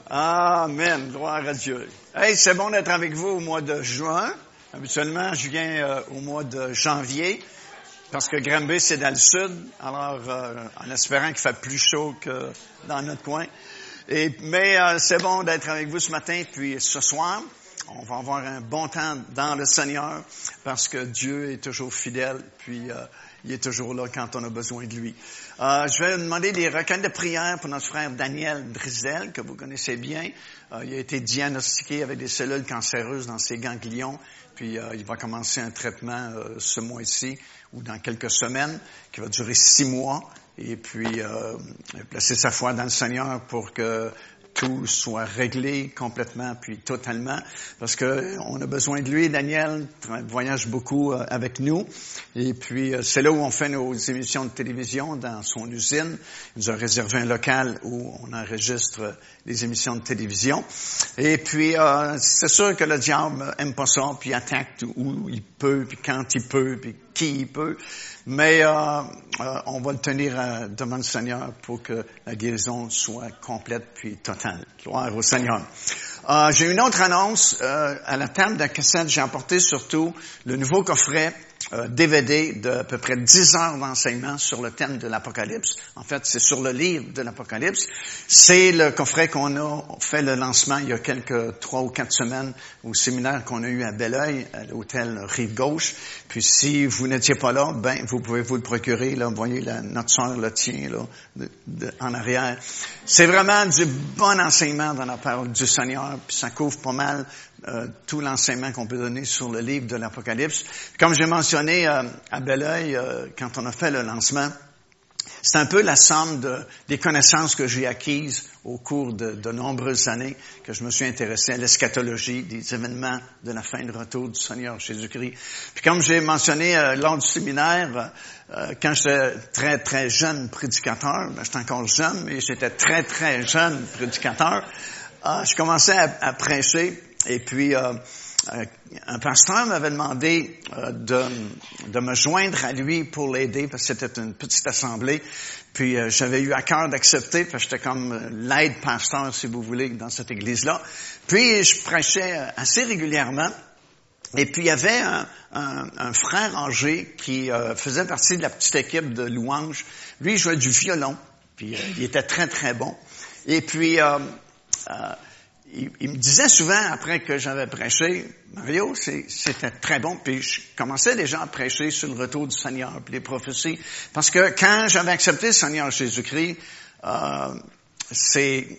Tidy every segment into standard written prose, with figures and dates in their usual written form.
Amen. Gloire à Dieu. Hey, c'est bon d'être avec vous au mois de juin. Habituellement, je viens au mois de janvier parce que Granby, c'est dans le sud. Alors, en espérant qu'il fait plus chaud que dans notre coin. Mais c'est bon d'être avec vous ce matin. Puis ce soir, on va avoir un bon temps dans le Seigneur parce que Dieu est toujours fidèle. Puis il est toujours là quand on a besoin de lui. Je vais demander des requêtes de prière pour notre frère Daniel Drizel, que vous connaissez bien. Il a été diagnostiqué avec des cellules cancéreuses dans ses ganglions. Puis il va commencer un traitement ce mois-ci ou dans quelques semaines, qui va durer 6 mois. Et puis placer sa foi dans le Seigneur pour que tout soit réglé complètement puis totalement, parce que on a besoin de lui. Daniel voyage beaucoup avec nous, et puis c'est là où on fait nos émissions de télévision dans son usine. Il nous a réservé un local où on enregistre les émissions de télévision. Et puis c'est sûr que le diable aime pas ça, puis attaque où il peut, puis quand il peut, puis qui il peut. Mais on va le tenir devant le Seigneur pour que la guérison soit complète puis totale. Gloire au Seigneur. J'ai une autre annonce. À la table de cassette, j'ai apporté surtout le nouveau coffret DVD d'à peu près 10 heures d'enseignement sur le thème de l'Apocalypse. En fait, c'est sur le livre de l'Apocalypse. C'est le coffret qu'on a fait le lancement il y a 3 ou 4 semaines au séminaire qu'on a eu à Belleuil, à l'hôtel Rive-Gauche. Puis si vous n'étiez pas là, vous pouvez vous le procurer. Là, vous voyez, notre sœur le tient là, en arrière. C'est vraiment du bon enseignement dans la parole du Seigneur. Puis ça couvre pas mal tout l'enseignement qu'on peut donner sur le livre de l'Apocalypse. Comme j'ai mentionné à Belleuil, quand on a fait le lancement, c'est un peu la somme des connaissances que j'ai acquises au cours de nombreuses années, que je me suis intéressé à l'eschatologie, des événements de la fin de retour du Seigneur Jésus-Christ. Puis comme j'ai mentionné lors du séminaire, quand j'étais très, très jeune prédicateur, j'étais encore jeune, mais j'étais très, très jeune prédicateur, je commençais à prêcher. Et puis, un pasteur m'avait demandé de me joindre à lui pour l'aider, parce que c'était une petite assemblée. Puis, j'avais eu à cœur d'accepter, parce que j'étais comme l'aide-pasteur, si vous voulez, dans cette église-là. Puis, je prêchais assez régulièrement. Et puis, il y avait un frère âgé qui faisait partie de la petite équipe de louanges. Lui, il jouait du violon, puis il était très, très bon. Et puis, il me disait souvent, après que j'avais prêché, Mario, c'était très bon, puis je commençais déjà à prêcher sur le retour du Seigneur, puis les prophéties, parce que quand j'avais accepté le Seigneur Jésus-Christ, c'est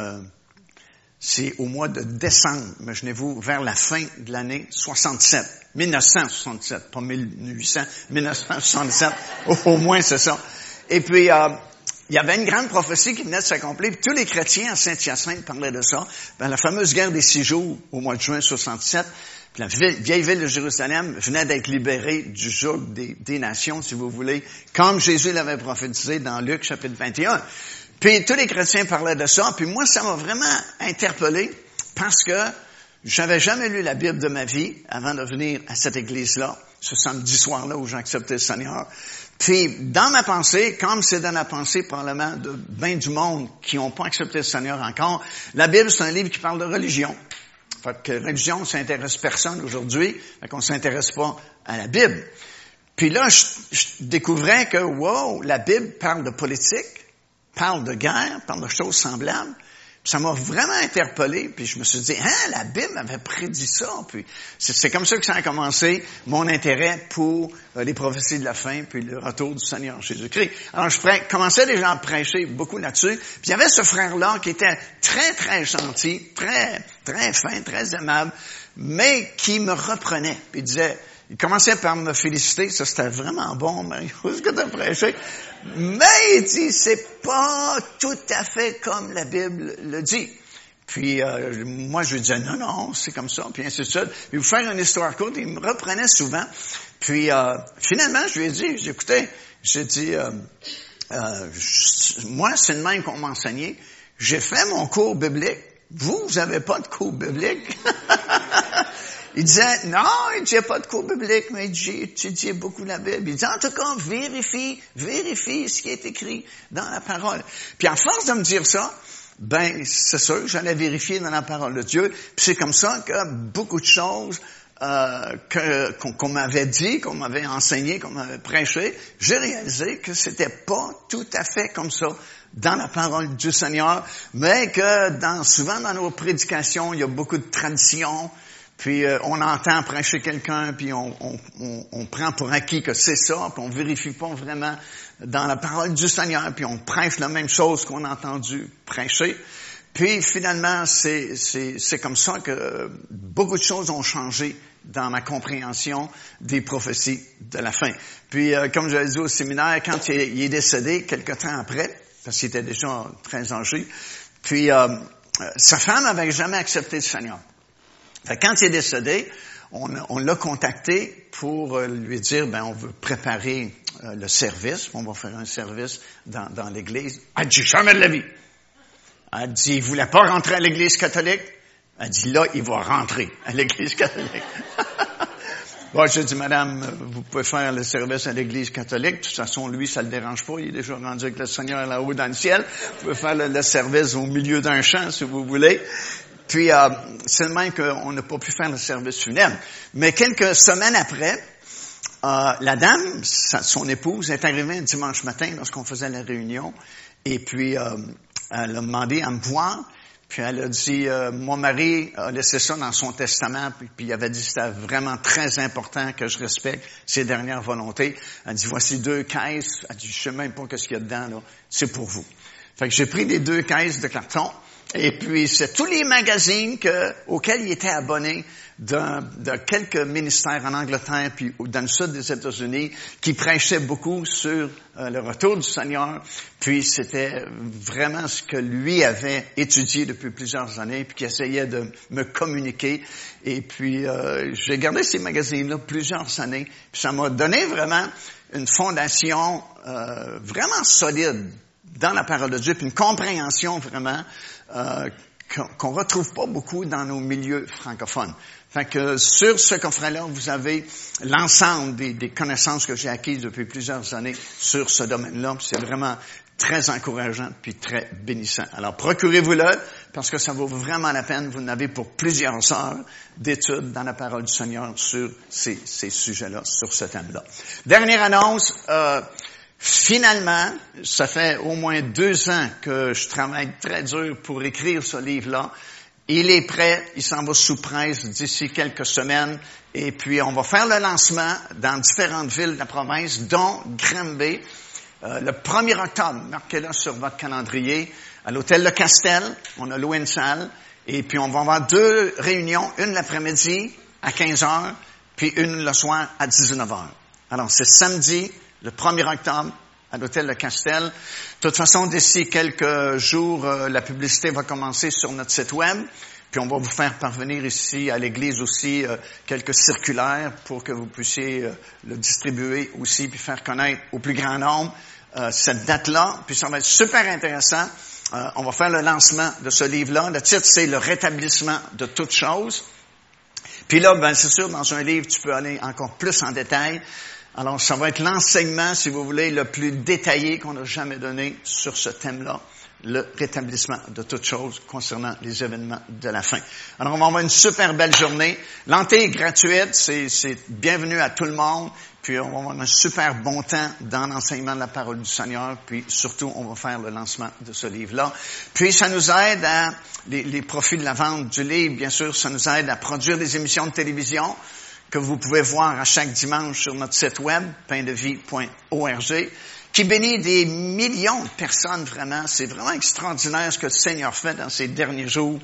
au mois de décembre, imaginez-vous, vers la fin de l'année 1967, pas 1800, 1967, au moins c'est ça. Et puis, il y avait une grande prophétie qui venait de s'accomplir, puis tous les chrétiens à Saint-Hyacinthe parlaient de ça. La fameuse guerre des 6 jours, au mois de juin 67, puis la vieille ville de Jérusalem venait d'être libérée du joug des nations, si vous voulez, comme Jésus l'avait prophétisé dans Luc chapitre 21. Puis tous les chrétiens parlaient de ça, puis moi, ça m'a vraiment interpellé, parce que j'avais jamais lu la Bible de ma vie avant de venir à cette église-là, ce samedi soir-là où j'ai accepté le Seigneur. Puis, dans ma pensée, comme c'est dans la pensée probablement de bien du monde qui n'ont pas accepté le Seigneur encore, la Bible, c'est un livre qui parle de religion. Fait que religion, ça intéresse personne aujourd'hui, fait qu'on s'intéresse pas à la Bible. Puis là, je découvrais que, wow, la Bible parle de politique, parle de guerre, parle de choses semblables. Puis ça m'a vraiment interpellé, puis je me suis dit, la Bible avait prédit ça. Puis c'est comme ça que ça a commencé, mon intérêt pour les prophéties de la fin, puis le retour du Seigneur Jésus-Christ. Alors je commençais déjà à prêcher beaucoup là-dessus. Puis il y avait ce frère-là qui était très, très gentil, très, très fin, très aimable, mais qui me reprenait. Puis il commençait par me féliciter, ça c'était vraiment bon, Mario, ce que tu as prêché. Mais il dit, c'est pas tout à fait comme la Bible le dit. Puis moi je lui disais, non, c'est comme ça, puis ainsi de suite. Puis pour faire une histoire courte, il me reprenait souvent. Puis finalement, je lui ai dit, écoutez, moi c'est le même qu'on m'a enseigné. J'ai fait mon cours biblique. Vous avez pas de cours biblique. Il disait, non, il disait pas de cours biblique, mais j'ai étudié beaucoup la Bible. Il disait, en tout cas, vérifie ce qui est écrit dans la parole. Puis à force de me dire ça, ben c'est sûr, j'allais vérifier dans la parole de Dieu. Puis c'est comme ça que beaucoup de choses qu'on m'avait dit, qu'on m'avait enseigné, qu'on m'avait prêché, j'ai réalisé que c'était pas tout à fait comme ça dans la parole du Seigneur, mais que souvent dans nos prédications, il y a beaucoup de traditions. Puis on entend prêcher quelqu'un, puis on prend pour acquis que c'est ça, puis on vérifie pas vraiment dans la parole du Seigneur, puis on prêche la même chose qu'on a entendu prêcher. Puis finalement, c'est comme ça que beaucoup de choses ont changé dans ma compréhension des prophéties de la fin. Puis comme je l'ai dit au séminaire, quand il est décédé, quelque temps après, parce qu'il était déjà très âgé, puis sa femme n'avait jamais accepté le Seigneur. Fait que quand il est décédé, on l'a contacté pour lui dire, on veut préparer le service, on va faire un service dans l'église. Elle dit, jamais de la vie. Elle dit, il voulait pas rentrer à l'église catholique. Elle dit, là, il va rentrer à l'église catholique. Bon, j'ai dit, madame, vous pouvez faire le service à l'église catholique. De toute façon, lui, ça le dérange pas. Il est déjà rendu avec le Seigneur là-haut dans le ciel. Vous pouvez faire le service au milieu d'un champ, si vous voulez. Puis, c'est le même qu'on n'a pas pu faire le service funèbre. Mais quelques semaines après, la dame, son épouse, est arrivée un dimanche matin lorsqu'on faisait la réunion. Et puis, elle a demandé à me voir. Puis elle a dit, mon mari a laissé ça dans son testament, puis il avait dit que c'était vraiment très important que je respecte ses dernières volontés. Elle dit, voici 2 caisses. Elle dit, je sais même pas ce qu'il y a dedans, là. C'est pour vous. Fait que j'ai pris les 2 caisses de carton. Et puis, c'est tous les magazines auxquels il était abonné de quelques ministères en Angleterre puis dans le sud des États-Unis qui prêchaient beaucoup sur le retour du Seigneur. Puis, c'était vraiment ce que lui avait étudié depuis plusieurs années puis qui essayait de me communiquer. Et puis, j'ai gardé ces magazines-là plusieurs années. Puis, ça m'a donné vraiment une fondation vraiment solide dans la parole de Dieu, puis une compréhension vraiment qu'on retrouve pas beaucoup dans nos milieux francophones. Fait que sur ce coffret-là, vous avez l'ensemble des connaissances que j'ai acquises depuis plusieurs années sur ce domaine-là. C'est vraiment très encourageant puis très bénissant. Alors, procurez-vous-le parce que ça vaut vraiment la peine. Vous en avez pour plusieurs heures d'études dans la parole du Seigneur sur ces sujets-là, sur ce thème-là. Dernière annonce. Finalement, ça fait au moins 2 ans que je travaille très dur pour écrire ce livre-là. Il est prêt, il s'en va sous presse d'ici quelques semaines. Et puis, on va faire le lancement dans différentes villes de la province, dont Granby, le 1er octobre. Marquez-le sur votre calendrier. À l'hôtel Le Castel, on a loué une salle. Et puis, on va avoir 2 réunions, une l'après-midi à 15h, puis une le soir à 19h. Alors, c'est samedi, le 1er octobre, à l'hôtel Le Castel. De toute façon, d'ici quelques jours, la publicité va commencer sur notre site web. Puis on va vous faire parvenir ici à l'église aussi quelques circulaires pour que vous puissiez le distribuer aussi puis faire connaître au plus grand nombre cette date-là. Puis ça va être super intéressant. On va faire le lancement de ce livre-là. Le titre, c'est « Le rétablissement de toutes choses ». Puis là, c'est sûr, dans un livre, tu peux aller encore plus en détail. Alors, ça va être l'enseignement, si vous voulez, le plus détaillé qu'on a jamais donné sur ce thème-là, le rétablissement de toutes choses concernant les événements de la fin. Alors, on va avoir une super belle journée. L'entrée est gratuite, c'est bienvenu à tout le monde. Puis, on va avoir un super bon temps dans l'enseignement de la parole du Seigneur. Puis, surtout, on va faire le lancement de ce livre-là. Puis, ça nous aide à les profits de la vente du livre. Bien sûr, ça nous aide à produire des émissions de télévision que vous pouvez voir à chaque dimanche sur notre site web, paindevie.org, qui bénit des millions de personnes vraiment. C'est vraiment extraordinaire ce que le Seigneur fait dans ces derniers jours.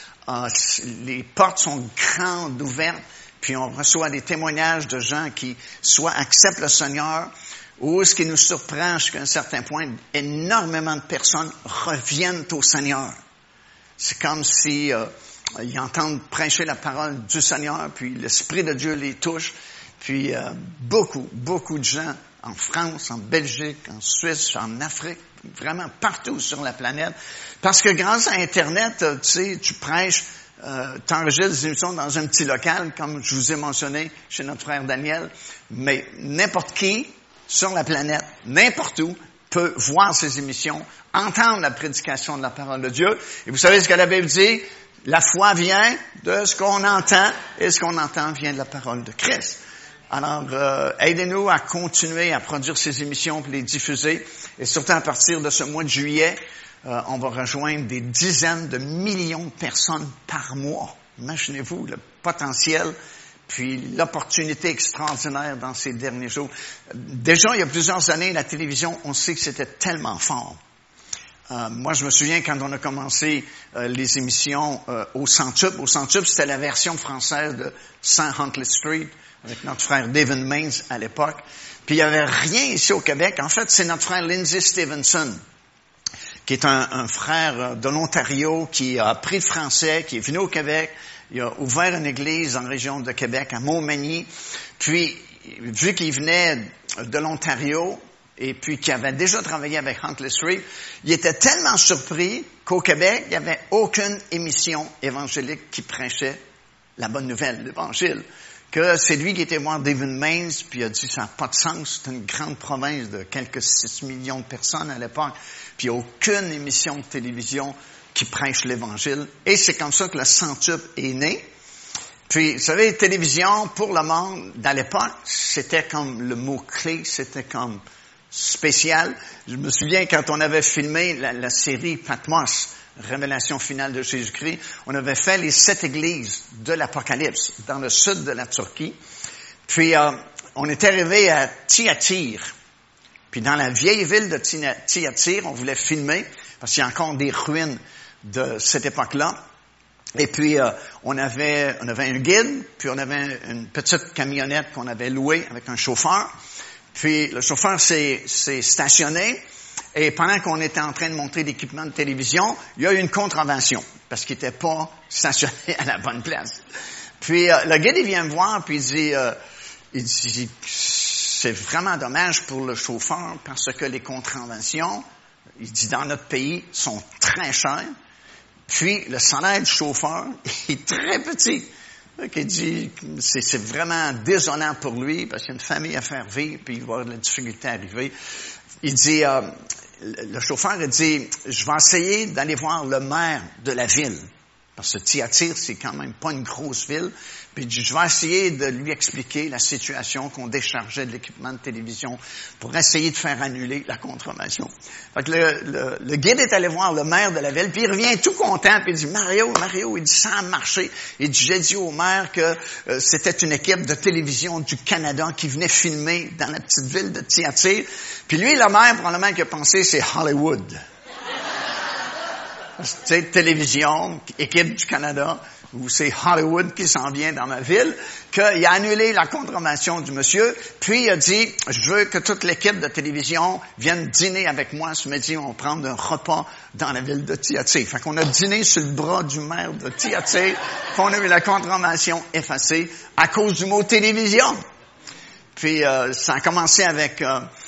Les portes sont grandes ouvertes, puis on reçoit des témoignages de gens qui soit acceptent le Seigneur, ou ce qui nous surprend jusqu'à un certain point, énormément de personnes reviennent au Seigneur. C'est comme si ils entendent prêcher la parole du Seigneur, puis l'Esprit de Dieu les touche. Puis beaucoup de gens en France, en Belgique, en Suisse, en Afrique, vraiment partout sur la planète. Parce que grâce à Internet, tu sais, tu prêches, t'enregistres des émissions dans un petit local, comme je vous ai mentionné chez notre frère Daniel, mais n'importe qui sur la planète, n'importe où, peut voir ces émissions, entendre la prédication de la parole de Dieu. Et vous savez ce que la Bible dit? La foi vient de ce qu'on entend, et ce qu'on entend vient de la parole de Christ. Alors, aidez-nous à continuer à produire ces émissions pour les diffuser. Et surtout à partir de ce mois de juillet, on va rejoindre des dizaines de millions de personnes par mois. Imaginez-vous le potentiel, puis l'opportunité extraordinaire dans ces derniers jours. Déjà, il y a plusieurs années, la télévision, on sait que c'était tellement fort. Moi, je me souviens quand on a commencé les émissions au Centup. Au Centup, c'était la version française de 100 Huntley Street, avec notre frère David Mains à l'époque. Puis il n'y avait rien ici au Québec. En fait, c'est notre frère Lindsay Stevenson, qui est un frère de l'Ontario, qui a appris le français, qui est venu au Québec. Il a ouvert une église en région de Québec, à Montmagny. Puis, vu qu'il venait de l'Ontario, et puis qu'il avait déjà travaillé avec Huntley Street, il était tellement surpris qu'au Québec, il n'y avait aucune émission évangélique qui prêchait la bonne nouvelle, l'Évangile. Que c'est lui qui était voir David Mains, puis il a dit, ça n'a pas de sens, c'est une grande province de quelques 6 millions de personnes à l'époque, puis il n'y a aucune émission de télévision qui prêche l'Évangile. Et c'est comme ça que le Centup est né. Puis, vous savez, télévision, pour le monde, dans l'époque, c'était comme le mot-clé, c'était comme spécial. Je me souviens quand on avait filmé la série Patmos, Révélation finale de Jésus-Christ, on avait fait les 7 églises de l'Apocalypse dans le sud de la Turquie. Puis, on est arrivé à Thyatire. Puis, dans la vieille ville de Thyatire, on voulait filmer, parce qu'il y a encore des ruines de cette époque-là. Et puis, on avait un guide, puis on avait une petite camionnette qu'on avait louée avec un chauffeur. Puis, le chauffeur s'est stationné. Et pendant qu'on était en train de montrer l'équipement de télévision, il y a eu une contravention, parce qu'il n'était pas stationné à la bonne place. Puis, le guide, il vient me voir, puis il dit, c'est vraiment dommage pour le chauffeur, parce que les contraventions, il dit, dans notre pays, sont très chères. Puis, le salaire du chauffeur est très petit. Donc, il dit, c'est vraiment désolant pour lui, parce qu'il y a une famille à faire vivre, puis il va avoir de la difficulté à arriver. Il dit, le chauffeur a dit, je vais essayer d'aller voir le maire de la ville. Parce que Thyatire, c'est quand même pas une grosse ville. Puis il dit, je vais essayer de lui expliquer la situation qu'on déchargeait de l'équipement de télévision pour essayer de faire annuler la contravention. Fait que le guide est allé voir le maire de la ville, puis il revient tout content, puis il dit, Mario, il dit, ça a marché. Il dit, j'ai dit au maire que c'était une équipe de télévision du Canada qui venait filmer dans la petite ville de Thyatire. Puis lui, le maire, probablement qu'il a pensé, c'est Hollywood. Tu sais, télévision, équipe du Canada, où c'est Hollywood qui s'en vient dans ma ville, qu'il a annulé la contravention du monsieur, puis il a dit, je veux que toute l'équipe de télévision vienne dîner avec moi ce midi, on va prendre un repas dans la ville de Thyatire. Fait qu'on a dîné sur le bras du maire de Thyatire, puis on a eu la contravention effacée à cause du mot télévision. Puis ça a commencé avec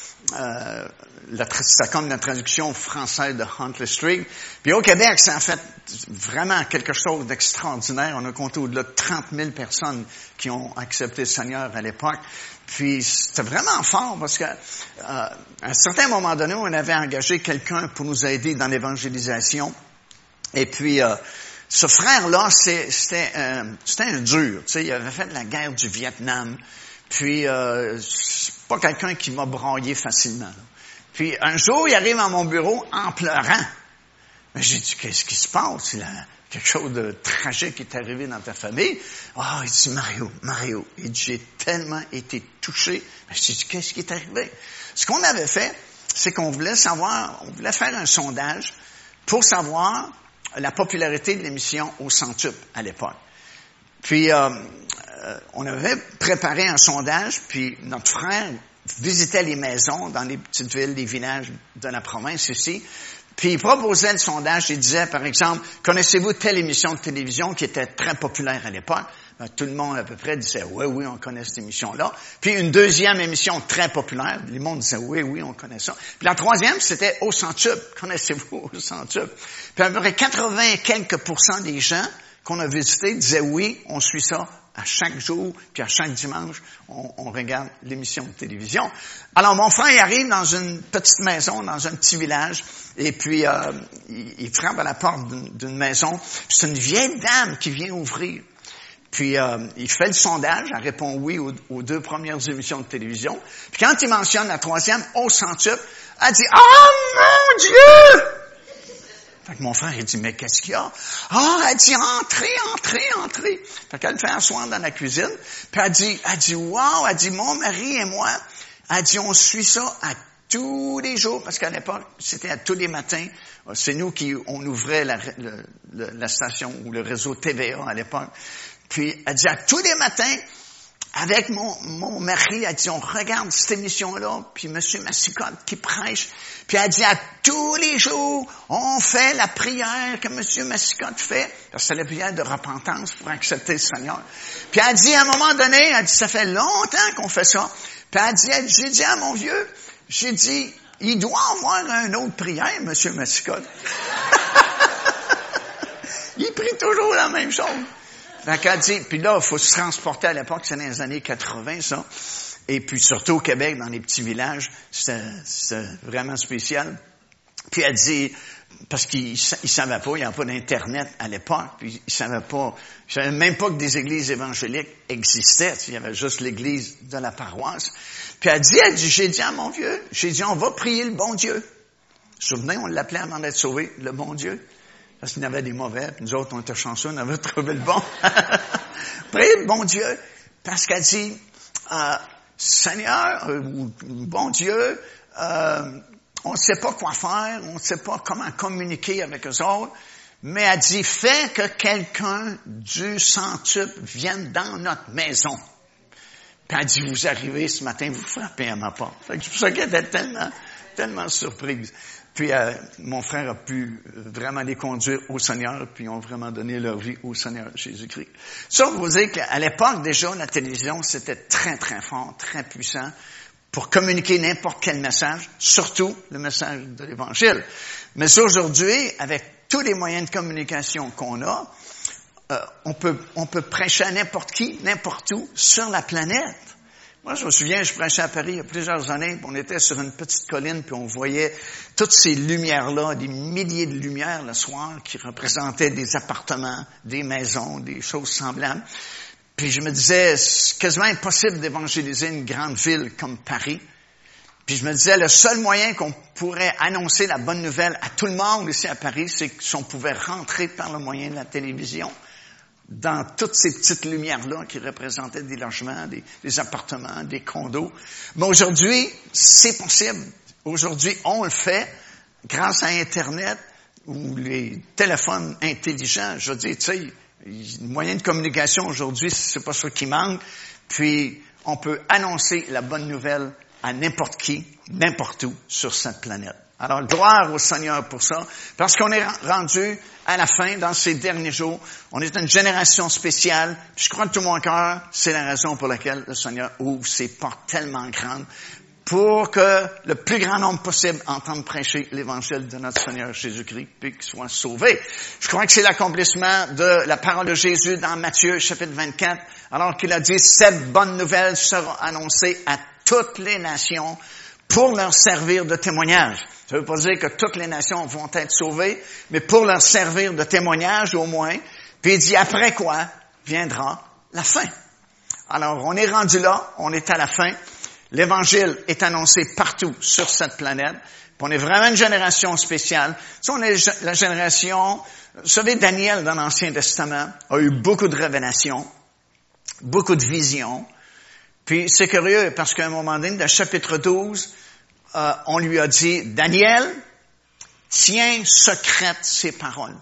c'est comme la traduction française de Huntley Street. Puis au Québec, ça a fait vraiment quelque chose d'extraordinaire. On a compté au-delà de 30 000 personnes qui ont accepté le Seigneur à l'époque. Puis c'était vraiment fort parce que à un certain moment donné, on avait engagé quelqu'un pour nous aider dans l'évangélisation. Et puis ce frère-là, c'était un dur. Tu sais, il avait fait la guerre du Vietnam. Puis c'est pas quelqu'un qui m'a braillé facilement, là. Puis, un jour, il arrive à mon bureau en pleurant. Mais j'ai dit, qu'est-ce qui se passe? Il y a quelque chose de tragique qui est arrivé dans ta famille. Ah, il dit, Mario. Il dit, j'ai tellement été touché. Mais j'ai dit, qu'est-ce qui est arrivé? Ce qu'on avait fait, c'est qu'on voulait faire un sondage pour savoir la popularité de l'émission au Centup à l'époque. Puis, on avait préparé un sondage, puis notre frère visitait les maisons dans les petites villes, les villages de la province ici. Puis il proposait le sondage, il disait, par exemple, connaissez-vous telle émission de télévision qui était très populaire à l'époque? Tout le monde à peu près disait, oui, on connaît cette émission-là. Puis une deuxième émission très populaire, le monde disait, oui, on connaît ça. Puis la troisième, c'était au Centup. Connaissez-vous au Centup? Puis à peu près 80 quelques % des gens qu'on a visités disaient, oui, on suit ça à chaque jour, puis à chaque dimanche, on regarde l'émission de télévision. Alors, mon frère, il arrive dans une petite maison, dans un petit village, et puis il frappe à la porte d'une maison. C'est une vieille dame qui vient ouvrir. Puis il fait le sondage, elle répond oui aux 2 premières émissions de télévision. Puis quand il mentionne la 3e, au centuple, elle dit « Oh mon Dieu! » Fait que mon frère, il dit « Mais qu'est-ce qu'il y a? » « Elle dit « Entrez. » Fait qu'elle le fait asseoir dans la cuisine. Puis elle dit « Wow! » Elle dit « Mon mari et moi, elle dit « On suit ça à tous les jours. » Parce qu'à l'époque, c'était à tous les matins. C'est nous on ouvrait la station ou le réseau TVA à l'époque. Puis, elle dit, à tous les matins, avec mon mari, elle dit, on regarde cette émission-là, puis M. Massicotte qui prêche. Puis, elle dit, à tous les jours, on fait la prière que M. Massicotte fait. Parce que c'est la prière de repentance pour accepter le Seigneur. Puis, elle dit, à un moment donné, elle dit, ça fait longtemps qu'on fait ça. Puis, elle dit, j'ai dit à mon vieux, j'ai dit, il doit avoir une autre prière, M. Massicotte. Il prie toujours la même chose. Fait qu'elle dit, puis là, il faut se transporter à l'époque, c'est dans les années 80, ça. Et puis surtout au Québec, dans les petits villages, c'était vraiment spécial. Puis elle dit, parce qu'ils savaient pas, il n'y avait pas d'Internet à l'époque, puis ils savaient même pas que des églises évangéliques existaient. Il y avait juste l'église de la paroisse. Puis elle dit, j'ai dit à mon vieux, on va prier le bon Dieu. Souvenez, on l'appelait avant d'être sauvé, le bon Dieu. Parce qu'il y en avait des mauvais, puis nous autres, on était chanceux, on avait trouvé le bon. Priez le bon Dieu, parce qu'elle dit, Seigneur, bon Dieu, on ne sait pas quoi faire, on ne sait pas comment communiquer avec eux autres, mais elle dit, fais que quelqu'un du centuple vienne dans notre maison. Puis elle dit, vous arrivez ce matin, vous frappez à ma porte. Fait que c'est pour ça qu'elle était tellement surprise. Puis mon frère a pu vraiment les conduire au Seigneur, puis ils ont vraiment donné leur vie au Seigneur Jésus-Christ. Ça, vous dire qu'à l'époque, déjà, la télévision, c'était très, très fort, très puissant pour communiquer n'importe quel message, surtout le message de l'Évangile. Mais aujourd'hui, avec tous les moyens de communication qu'on a, on peut prêcher à n'importe qui, n'importe où, sur la planète. Moi, je me souviens, je prêchais à Paris il y a plusieurs années, puis on était sur une petite colline, puis on voyait toutes ces lumières-là, des milliers de lumières le soir, qui représentaient des appartements, des maisons, des choses semblables. Puis je me disais, c'est quasiment impossible d'évangéliser une grande ville comme Paris. Puis je me disais, le seul moyen qu'on pourrait annoncer la bonne nouvelle à tout le monde ici à Paris, c'est que si on pouvait rentrer par le moyen de la télévision, dans toutes ces petites lumières-là qui représentaient des logements, des appartements, des condos. Mais aujourd'hui, c'est possible. Aujourd'hui, on le fait grâce à Internet ou les téléphones intelligents. Je veux dire, tu sais, les moyens de communication aujourd'hui, c'est pas ça qui manque. Puis, on peut annoncer la bonne nouvelle à n'importe qui, n'importe où sur cette planète. Alors, gloire au Seigneur pour ça, parce qu'on est rendu à la fin, dans ces derniers jours. On est une génération spéciale, puis je crois de tout mon cœur, c'est la raison pour laquelle le Seigneur ouvre ses portes tellement grandes, pour que le plus grand nombre possible entende prêcher l'Évangile de notre Seigneur Jésus-Christ, puis qu'il soit sauvé. Je crois que c'est l'accomplissement de la parole de Jésus dans Matthieu, chapitre 24, alors qu'il a dit, cette bonne nouvelle sera annoncée à toutes les nations pour leur servir de témoignage. Ça ne veut pas dire que toutes les nations vont être sauvées, mais pour leur servir de témoignage au moins. Puis il dit, après quoi viendra la fin. Alors, on est rendu là, on est à la fin. L'Évangile est annoncé partout sur cette planète. Puis on est vraiment une génération spéciale. Ça, on est la génération... Vous savez, Daniel, dans l'Ancien Testament, a eu beaucoup de révélations, beaucoup de visions. Puis c'est curieux, parce qu'à un moment donné, dans le chapitre 12, on lui a dit, Daniel, tiens secrète ces paroles.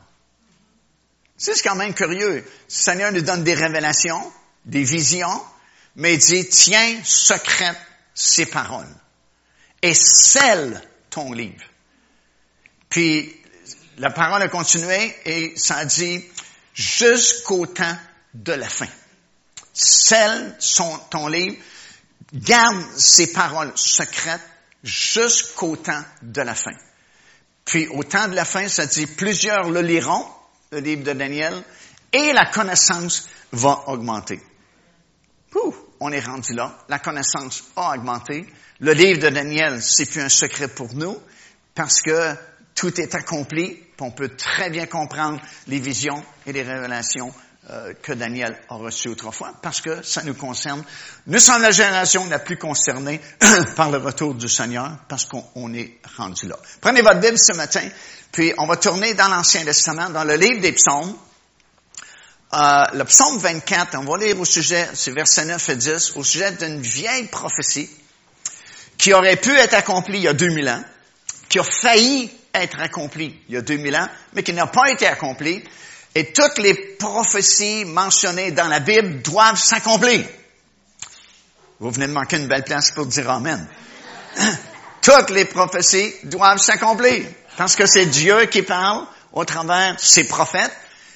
C'est quand même curieux. Le Seigneur nous donne des révélations, des visions, mais il dit, tiens secrète ces paroles. Et scelle ton livre. Puis, la parole a continué et ça a dit, jusqu'au temps de la fin. Scelle ton livre, garde ces paroles secrètes, jusqu'au temps de la fin. Puis, au temps de la fin, ça dit, plusieurs le liront, le livre de Daniel, et la connaissance va augmenter. on est rendu là. La connaissance a augmenté. Le livre de Daniel, c'est plus un secret pour nous parce que tout est accompli. On peut très bien comprendre les visions et les révélations que Daniel a reçues autrefois parce que ça nous concerne. Nous sommes la génération la plus concernée par le retour du Seigneur parce qu'on est rendu là. Prenez votre Bible ce matin, puis on va tourner dans l'Ancien Testament, dans le livre des Psaumes. Le psaume 24, on va lire au sujet, c'est versets 9 et 10, au sujet d'une vieille prophétie qui aurait pu être accomplie il y a 2000 ans, qui a failli être accomplie il y a 2000 ans, mais qui n'a pas été accomplie. Et toutes les prophéties mentionnées dans la Bible doivent s'accomplir. Vous venez de manquer une belle place pour dire Amen. Toutes les prophéties doivent s'accomplir. Parce que c'est Dieu qui parle au travers de ses prophètes.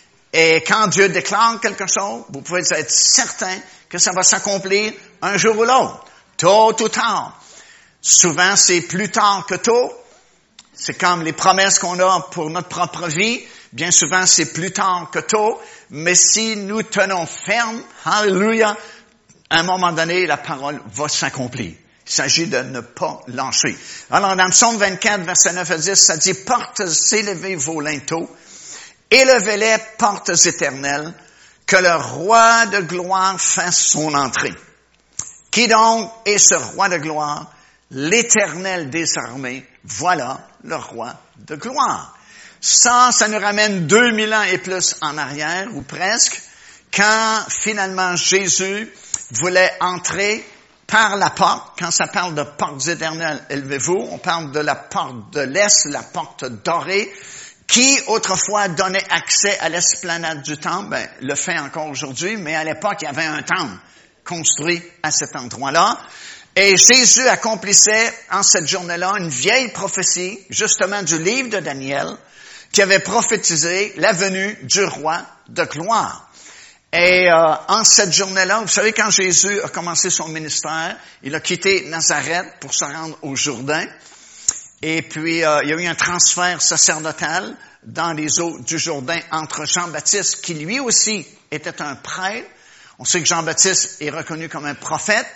Et quand Dieu déclare quelque chose, vous pouvez être certain que ça va s'accomplir un jour ou l'autre, tôt ou tard. Souvent, c'est plus tard que tôt. C'est comme les promesses qu'on a pour notre propre vie. Bien souvent, c'est plus tard que tôt. Mais si nous tenons ferme, hallelujah, à un moment donné, la parole va s'accomplir. Il s'agit de ne pas lâcher. Alors, dans le psaume 24, verset 9 à 10, ça dit, « Portes élevées vos linteaux, élevez-les, portes éternelles, que le roi de gloire fasse son entrée. Qui donc est ce roi de gloire? L'Éternel des armées, voilà le roi de gloire. » Ça nous ramène 2000 ans et plus en arrière, ou presque, quand finalement Jésus voulait entrer par la porte. Quand ça parle de portes éternelles, élevez-vous, on parle de la porte de l'Est, la porte dorée, qui autrefois donnait accès à l'esplanade du temple, le fait encore aujourd'hui, mais à l'époque, il y avait un temple construit à cet endroit-là. Et Jésus accomplissait en cette journée-là une vieille prophétie, justement du livre de Daniel, qui avait prophétisé la venue du roi de gloire. Et en cette journée-là, vous savez, quand Jésus a commencé son ministère, il a quitté Nazareth pour se rendre au Jourdain. Et puis, il y a eu un transfert sacerdotal dans les eaux du Jourdain entre Jean-Baptiste, qui lui aussi était un prêtre. On sait que Jean-Baptiste est reconnu comme un prophète,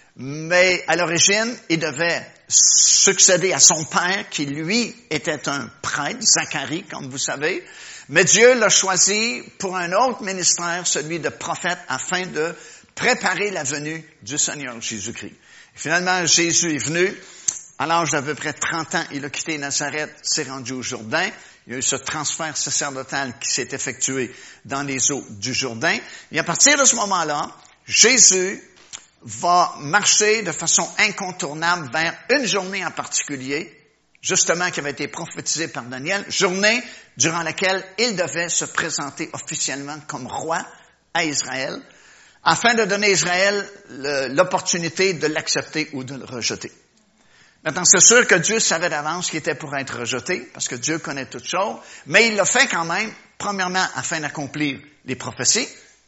mais à l'origine, il devait succéder à son père, qui lui était un prêtre, Zacharie, comme vous savez. Mais Dieu l'a choisi pour un autre ministère, celui de prophète, afin de préparer la venue du Seigneur Jésus-Christ. Finalement, Jésus est venu. À l'âge d'à peu près 30 ans, il a quitté Nazareth, s'est rendu au Jourdain. Il y a eu ce transfert sacerdotal qui s'est effectué dans les eaux du Jourdain. Et à partir de ce moment-là, Jésus va marcher de façon incontournable vers une journée en particulier, justement qui avait été prophétisée par Daniel, journée durant laquelle il devait se présenter officiellement comme roi à Israël, afin de donner à Israël l'opportunité de l'accepter ou de le rejeter. Maintenant, c'est sûr que Dieu savait d'avance qu'il était pour être rejeté, parce que Dieu connaît toutes choses, mais il l'a fait quand même, premièrement, afin d'accomplir les prophéties,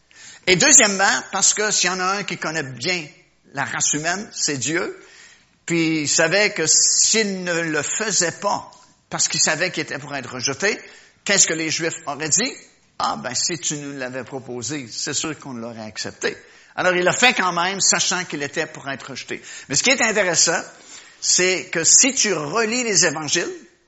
et deuxièmement, parce que s'il y en a un qui connaît bien la race humaine, c'est Dieu, puis il savait que s'il ne le faisait pas, parce qu'il savait qu'il était pour être rejeté, qu'est-ce que les Juifs auraient dit? Ah, si tu nous l'avais proposé, c'est sûr qu'on l'aurait accepté. Alors, il l'a fait quand même, sachant qu'il était pour être rejeté. Mais ce qui est intéressant, c'est que si tu relis les évangiles,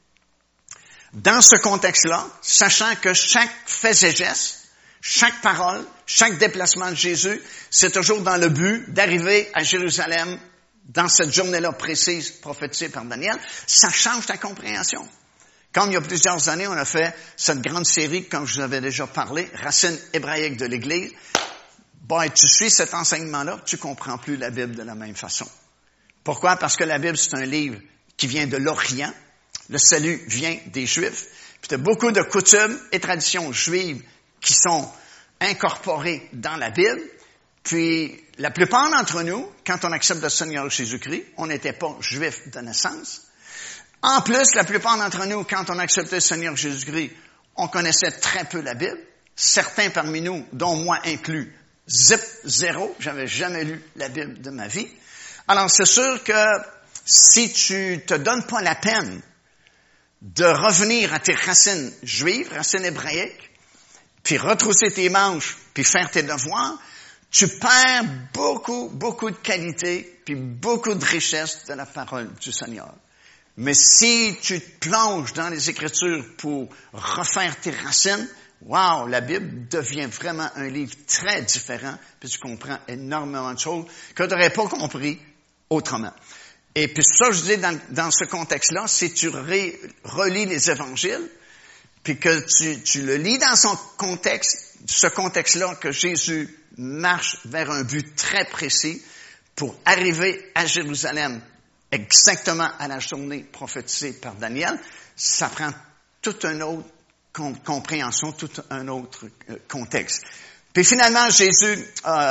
dans ce contexte-là, sachant que chaque fait et geste, chaque parole, chaque déplacement de Jésus, c'est toujours dans le but d'arriver à Jérusalem dans cette journée-là précise prophétisée par Daniel, ça change ta compréhension. Comme il y a plusieurs années, on a fait cette grande série, comme je vous avais déjà parlé, Racines hébraïques de l'Église. Tu suis cet enseignement-là, tu comprends plus la Bible de la même façon. Pourquoi? Parce que la Bible, c'est un livre qui vient de l'Orient. Le salut vient des Juifs. Puis il y a beaucoup de coutumes et traditions juives qui sont incorporées dans la Bible. Puis la plupart d'entre nous, quand on accepte le Seigneur Jésus-Christ, on n'était pas juifs de naissance. En plus, la plupart d'entre nous, quand on acceptait le Seigneur Jésus-Christ, on connaissait très peu la Bible. Certains parmi nous, dont moi inclus, zéro, j'avais jamais lu la Bible de ma vie. Alors, c'est sûr que si tu te donnes pas la peine de revenir à tes racines juives, racines hébraïques, puis retrousser tes manches, puis faire tes devoirs, tu perds beaucoup de qualité puis beaucoup de richesse de la parole du Seigneur. Mais si tu te plonges dans les Écritures pour refaire tes racines, wow, la Bible devient vraiment un livre très différent, puis tu comprends énormément de choses que tu n'aurais pas compris autrement. Et puis ça, je dis dans ce contexte-là, si tu relis les Évangiles, puis que tu le lis dans son contexte, ce contexte-là, que Jésus marche vers un but très précis pour arriver à Jérusalem exactement à la journée prophétisée par Daniel, ça prend toute une autre compréhension, tout un autre contexte. Puis finalement, Jésus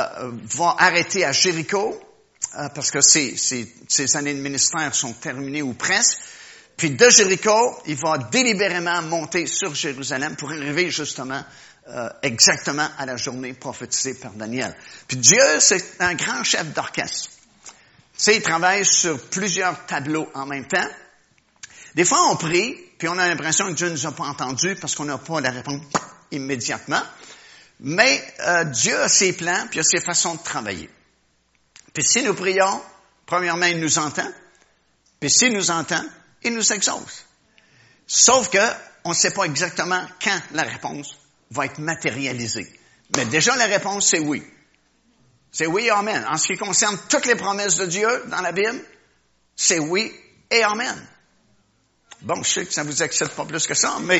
va arrêter à Jéricho, parce que ses années de ministère sont terminées ou presque. Puis de Jéricho, il va délibérément monter sur Jérusalem pour arriver justement exactement à la journée prophétisée par Daniel. Puis Dieu, c'est un grand chef d'orchestre. Tu sais, il travaille sur plusieurs tableaux en même temps. Des fois, on prie, puis on a l'impression que Dieu ne nous a pas entendus parce qu'on n'a pas la réponse immédiatement. Mais Dieu a ses plans, puis il a ses façons de travailler. Puis si nous prions, premièrement, il nous entend. Puis s'il nous entend, il nous exauce. Sauf que on ne sait pas exactement quand la réponse va être matérialisée. Mais déjà, la réponse, c'est oui. C'est oui et amen. En ce qui concerne toutes les promesses de Dieu dans la Bible, c'est oui et amen. Bon, je sais que ça vous excite pas plus que ça, mais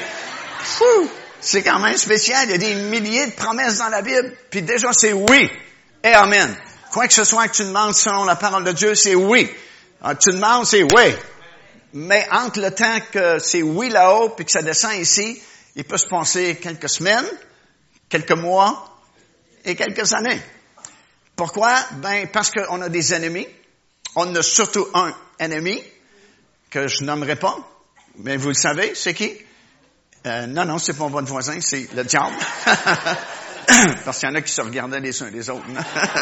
c'est quand même spécial. Il y a des milliers de promesses dans la Bible, puis déjà, c'est oui et amen. Quoi que ce soit que tu demandes selon la parole de Dieu, c'est oui. Alors, tu demandes, c'est oui. Mais entre le temps que c'est oui là-haut puis que ça descend ici, il peut se passer quelques semaines, quelques mois et quelques années. Pourquoi? Ben, parce qu'on a des ennemis. On a surtout un ennemi que je nommerai pas, mais vous le savez, c'est qui? Non, c'est pas votre voisin, c'est le diable. Parce qu'il y en a qui se regardaient les uns les autres.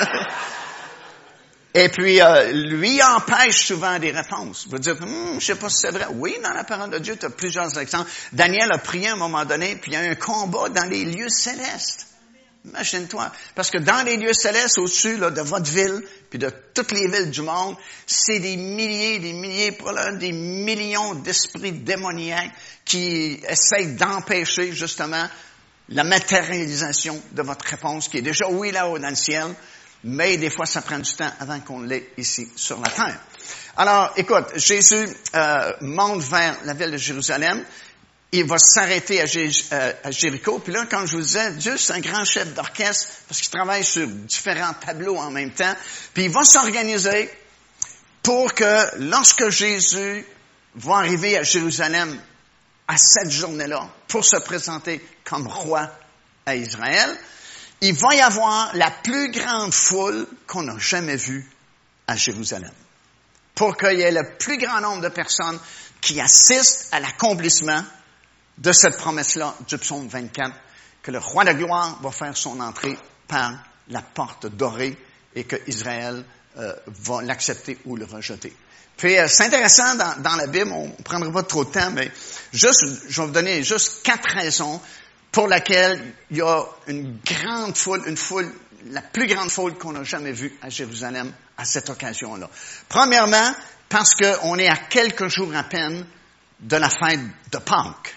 Et puis, lui empêche souvent des réponses. Vous dites, je sais pas si c'est vrai. Oui, dans la parole de Dieu, tu as plusieurs exemples. Daniel a prié à un moment donné, puis il y a un combat dans les lieux célestes. Imagine-toi. Parce que dans les lieux célestes, au-dessus là, de votre ville, puis de toutes les villes du monde, c'est des milliers, des millions d'esprits démoniaques qui essayent d'empêcher justement la matérialisation de votre réponse, qui est déjà oui là-haut dans le ciel, mais des fois ça prend du temps avant qu'on l'ait ici sur la terre. Alors, écoute, Jésus monte vers la ville de Jérusalem. Il va s'arrêter à Jéricho. Puis là, comme je vous disais, Dieu, c'est un grand chef d'orchestre parce qu'il travaille sur différents tableaux en même temps. Puis il va s'organiser pour que lorsque Jésus va arriver à Jérusalem à cette journée-là pour se présenter comme roi à Israël, il va y avoir la plus grande foule qu'on n'a jamais vue à Jérusalem. Pour qu'il y ait le plus grand nombre de personnes qui assistent à l'accomplissement de cette promesse-là du psaume 24, que le roi de gloire va faire son entrée par la porte dorée et que Israël va l'accepter ou le rejeter. Puis c'est intéressant dans la Bible, on ne prendra pas trop de temps, mais je vais vous donner juste 4 raisons pour lesquelles il y a une grande foule, la plus grande foule qu'on n'a jamais vue à Jérusalem à cette occasion-là. Premièrement, parce qu'on est à quelques jours à peine de la fête de Pâques.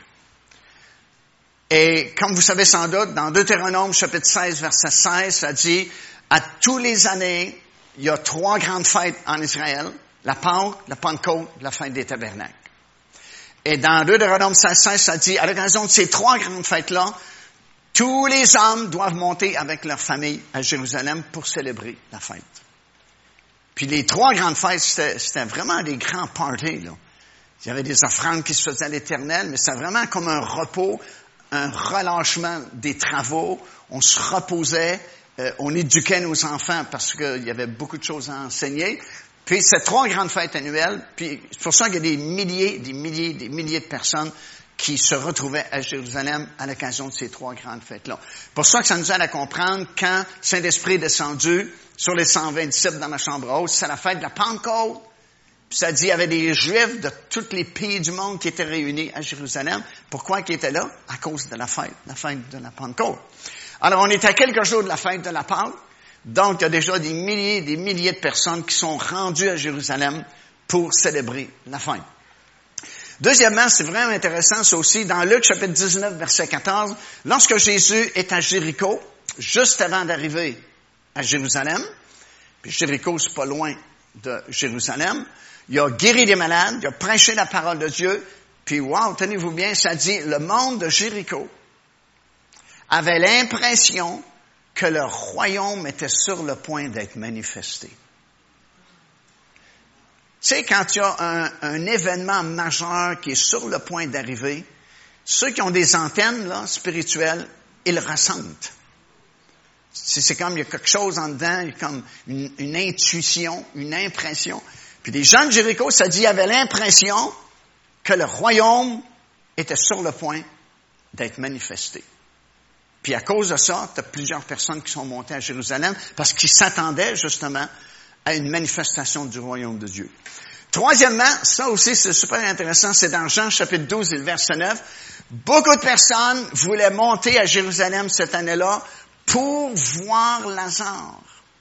Et comme vous savez sans doute, dans Deutéronome chapitre 16, verset 16, ça dit, à tous les années, il y a 3 grandes fêtes en Israël, la Pâque, la Pentecôte, la fête des tabernacles. Et dans Deutéronome 16, 16, ça dit, à l'occasion de ces 3 grandes fêtes-là, tous les hommes doivent monter avec leur famille à Jérusalem pour célébrer la fête. Puis les 3 grandes fêtes, c'était vraiment des grands parties, là. Il y avait des offrandes qui se faisaient à l'Éternel, mais c'était vraiment comme un repos, un relâchement des travaux. On se reposait, on éduquait nos enfants parce qu'il y avait beaucoup de choses à enseigner. Puis c'est 3 grandes fêtes annuelles, puis c'est pour ça qu'il y a des milliers de personnes qui se retrouvaient à Jérusalem à l'occasion de ces 3 grandes fêtes-là. Pour ça que ça nous aide à comprendre quand Saint-Esprit est descendu sur les 120 disciples dans la chambre haute, c'est la fête de la Pentecôte. Puis ça dit, il y avait des Juifs de tous les pays du monde qui étaient réunis à Jérusalem. Pourquoi ils étaient là? À cause de la fête de la Pentecôte. Alors, on est à quelques jours de la fête de la Pâque. Donc, il y a déjà des milliers de personnes qui sont rendues à Jérusalem pour célébrer la fête. Deuxièmement, c'est vraiment intéressant, ça aussi, dans Luc chapitre 19, verset 14, lorsque Jésus est à Jéricho, juste avant d'arriver à Jérusalem, puis Jéricho, c'est pas loin de Jérusalem, il a guéri des malades, il a prêché la parole de Dieu, puis wow, tenez-vous bien, ça dit, le monde de Jéricho avait l'impression que le royaume était sur le point d'être manifesté. Tu sais, quand il y a un événement majeur qui est sur le point d'arriver, ceux qui ont des antennes là, spirituelles, ils le ressentent. C'est comme il y a quelque chose en dedans, il y a comme une intuition, une impression. Puis les gens de Jéricho, ça dit, avaient l'impression que le royaume était sur le point d'être manifesté. Puis à cause de ça, tu as plusieurs personnes qui sont montées à Jérusalem parce qu'ils s'attendaient justement à une manifestation du royaume de Dieu. Troisièmement, ça aussi c'est super intéressant, c'est dans Jean chapitre 12 et le verset 9. Beaucoup de personnes voulaient monter à Jérusalem cette année-là pour voir Lazare.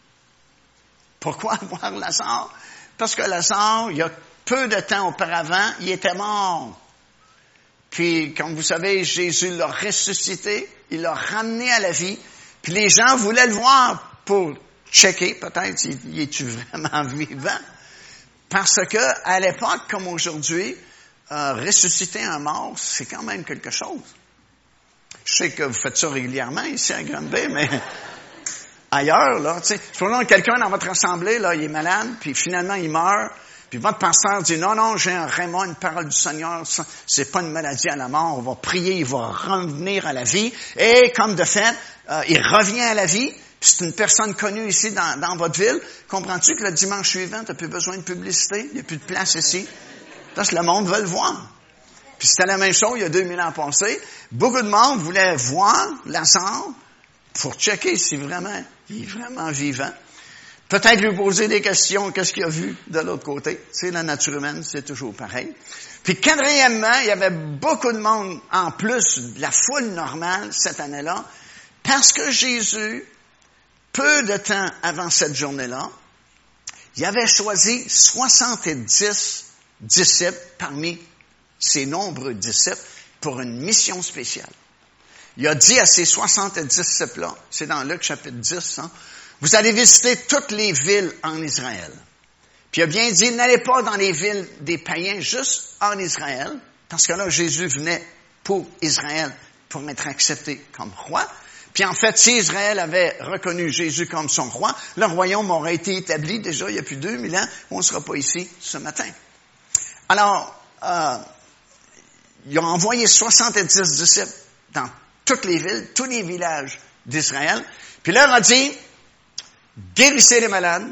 Pourquoi voir Lazare? Parce que Lazare, il y a peu de temps auparavant, il était mort. Puis, comme vous savez, Jésus l'a ressuscité, il l'a ramené à la vie, puis les gens voulaient le voir pour checker, peut-être, il est-tu vraiment vivant? Parce que, à l'époque, comme aujourd'hui, ressusciter un mort, c'est quand même quelque chose. Je sais que vous faites ça régulièrement ici à Granby, mais ailleurs, là, tu sais, supposons que quelqu'un dans votre assemblée, là, il est malade, puis finalement il meurt, puis votre pasteur dit, non, j'ai un réma, une parole du Seigneur, c'est pas une maladie à la mort, on va prier, il va revenir à la vie, et comme de fait, il revient à la vie, puis c'est une personne connue ici dans votre ville, comprends-tu que le dimanche suivant, tu n'as plus besoin de publicité, il n'y a plus de place ici, parce que le monde veut le voir. Puis c'était la même chose il y a 2000 ans passés. Beaucoup de monde voulait voir Lazare pour checker si vraiment, il est vraiment vivant. Peut-être lui poser des questions, qu'est-ce qu'il a vu de l'autre côté. C'est la nature humaine, c'est toujours pareil. Puis quatrièmement, il y avait beaucoup de monde en plus de la foule normale cette année-là, parce que Jésus, peu de temps avant cette journée-là, il avait choisi 70 disciples parmi ses nombreux disciples pour une mission spéciale. Il a dit à ses 70 disciples-là, c'est dans Luc chapitre 10, vous allez visiter toutes les villes en Israël. Puis il a bien dit, n'allez pas dans les villes des païens, juste en Israël, parce que là, Jésus venait pour Israël, pour être accepté comme roi. Puis en fait, si Israël avait reconnu Jésus comme son roi, le royaume aurait été établi déjà il y a plus de 2000 ans, on ne sera pas ici ce matin. Alors, ils ont envoyé 70 disciples dans toutes les villes, tous les villages d'Israël. Puis leur a dit, guérissez les malades,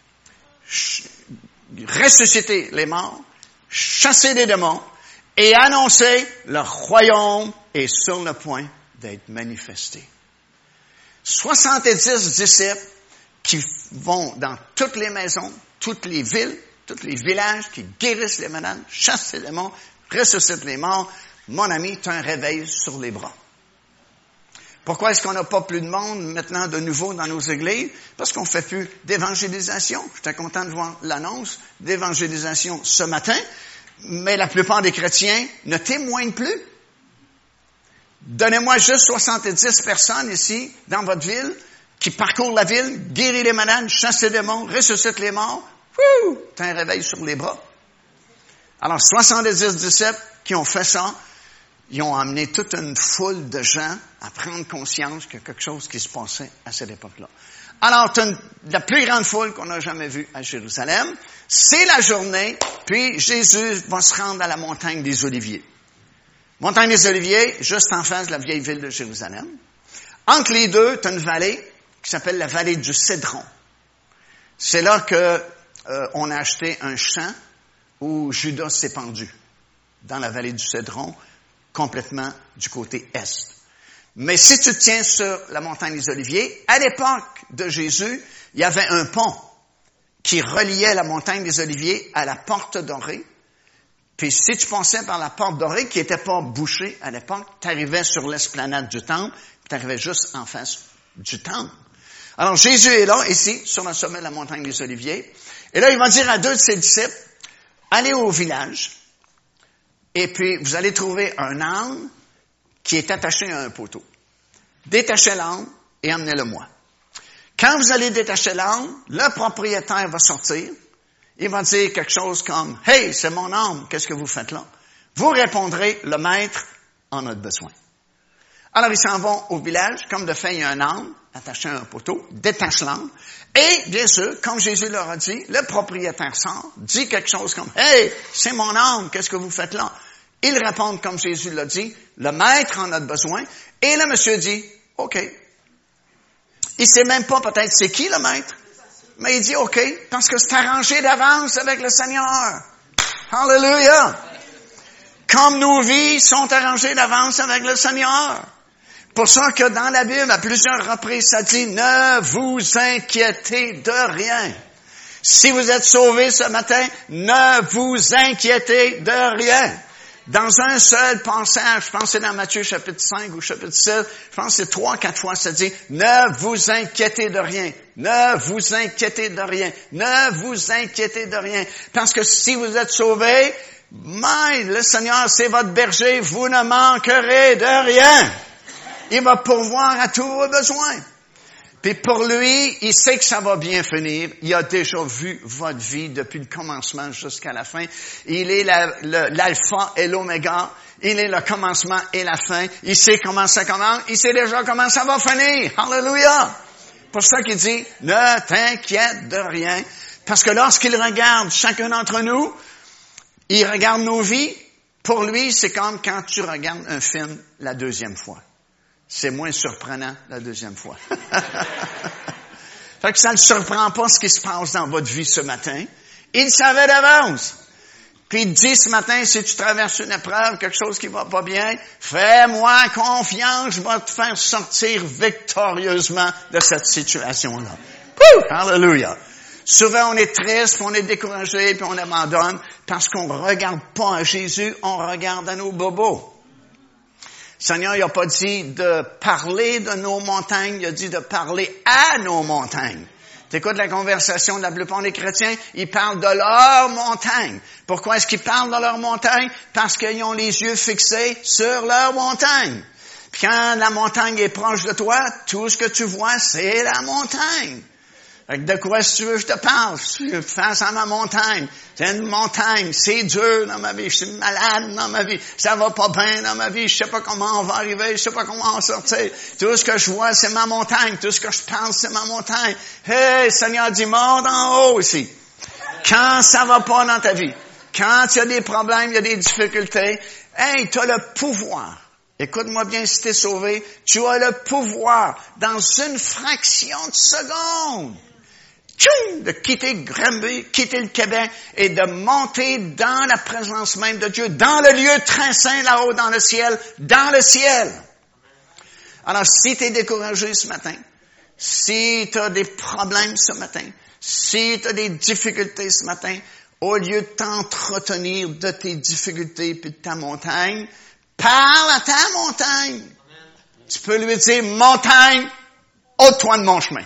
ressuscitez les morts, chassez les démons et annoncez le royaume est sur le point d'être manifesté. 70 disciples qui vont dans toutes les maisons, toutes les villes, tous les villages, qui guérissent les malades, chassent les démons, ressuscitent les morts. Mon ami, tu as un réveil sur les bras. Pourquoi est-ce qu'on n'a pas plus de monde maintenant de nouveau dans nos églises? Parce qu'on ne fait plus d'évangélisation. J'étais content de voir l'annonce d'évangélisation ce matin, mais la plupart des chrétiens ne témoignent plus. Donnez-moi juste 70 personnes ici, dans votre ville, qui parcourent la ville, guérit les malades, chasse les démons, ressuscite les morts. Wouh! Tu as un réveil sur les bras. Alors, 70 disciples qui ont fait ça, ils ont amené toute une foule de gens à prendre conscience qu'il y a quelque chose qui se passait à cette époque-là. Alors, la plus grande foule qu'on n'a jamais vue à Jérusalem, c'est la journée, puis Jésus va se rendre à la montagne des Oliviers. Montagne des Oliviers, juste en face de la vieille ville de Jérusalem. Entre les deux, tu as une vallée qui s'appelle la vallée du Cédron. C'est là que on a acheté un champ où Judas s'est pendu, dans la vallée du Cédron, complètement du côté est. Mais si tu te tiens sur la montagne des Oliviers, à l'époque de Jésus, il y avait un pont qui reliait la montagne des Oliviers à la porte dorée. Puis si tu passais par la porte dorée, qui n'était pas bouchée à l'époque, tu arrivais sur l'esplanade du temple, tu arrivais juste en face du temple. Alors, Jésus est là, ici, sur le sommet de la montagne des Oliviers. Et là, il va dire à 2 de ses disciples, allez au village, et puis vous allez trouver un âne qui est attaché à un poteau. Détachez l'âne et emmenez-le-moi. Quand vous allez détacher l'âne, le propriétaire va sortir. Il va dire quelque chose comme, « Hey, c'est mon âne, qu'est-ce que vous faites là? » Vous répondrez, « Le maître en a besoin. » Alors, ils s'en vont au village. Comme de fait, il y a un âne attaché à un poteau, détache l'âne. Et, bien sûr, comme Jésus leur a dit, le propriétaire sort, dit quelque chose comme, « Hey, c'est mon âne, qu'est-ce que vous faites là? » Ils répondent comme Jésus l'a dit, « Le maître en a besoin. » Et le monsieur dit, « OK. » Il sait même pas peut-être c'est qui le maître, mais il dit, « OK, parce que c'est arrangé d'avance avec le Seigneur. » Hallelujah! Comme nos vies sont arrangées d'avance avec le Seigneur. Pour ça que dans la Bible, à plusieurs reprises, ça dit, ne vous inquiétez de rien. Si vous êtes sauvés ce matin, ne vous inquiétez de rien. Dans un seul passage, je pense que c'est dans Matthieu chapitre 5 ou chapitre 7, je pense que c'est 3-4 fois, ça dit, ne vous inquiétez de rien. Ne vous inquiétez de rien. Ne vous inquiétez de rien. Parce que si vous êtes sauvés, le Seigneur, c'est votre berger, vous ne manquerez de rien. Il va pourvoir à tous vos besoins. Puis pour lui, il sait que ça va bien finir. Il a déjà vu votre vie depuis le commencement jusqu'à la fin. Il est l'alpha et l'oméga. Il est le commencement et la fin. Il sait comment ça commence. Il sait déjà comment ça va finir. Hallelujah! Pour ça qu'il dit, ne t'inquiète de rien. Parce que lorsqu'il regarde chacun d'entre nous, il regarde nos vies. Pour lui, c'est comme quand tu regardes un film la deuxième fois. C'est moins surprenant la deuxième fois. Fait que ça ne le surprend pas ce qui se passe dans votre vie ce matin. Il savait d'avance. Puis il dit ce matin, si tu traverses une épreuve, quelque chose qui va pas bien, fais-moi confiance, je vais te faire sortir victorieusement de cette situation-là. Hallelujah! Souvent, on est triste, puis on est découragé, puis on abandonne, parce qu'on regarde pas à Jésus, on regarde à nos bobos. Le Seigneur, il n'a pas dit de parler de nos montagnes, il a dit de parler à nos montagnes. Tu écoutes la conversation de la plupart des chrétiens, ils parlent de leurs montagnes. Pourquoi est-ce qu'ils parlent de leurs montagnes? Parce qu'ils ont les yeux fixés sur leur montagne. Puis quand la montagne est proche de toi, tout ce que tu vois, c'est la montagne. Fait que de quoi est-ce que tu veux que je te parle? Face à ma montagne. C'est une montagne. C'est dur dans ma vie. Je suis malade dans ma vie. Ça va pas bien dans ma vie. Je sais pas comment on va arriver. Je sais pas comment on va sortir. Tout ce que je vois, c'est ma montagne. Tout ce que je pense, c'est ma montagne. Hey, Seigneur dit, monte en haut ici. Quand ça va pas dans ta vie, quand il y a des problèmes, il y a des difficultés, hey, tu as le pouvoir. Écoute-moi bien, si tu es sauvé, tu as le pouvoir, dans une fraction de seconde, de quitter Granby, quitter le Québec et de monter dans la présence même de Dieu, dans le lieu très saint là-haut dans le ciel, dans le ciel. Alors, si tu es découragé ce matin, si tu as des problèmes ce matin, si tu as des difficultés ce matin, au lieu de t'entretenir de tes difficultés et de ta montagne, parle à ta montagne. Tu peux lui dire, montagne, ôte-toi de mon chemin.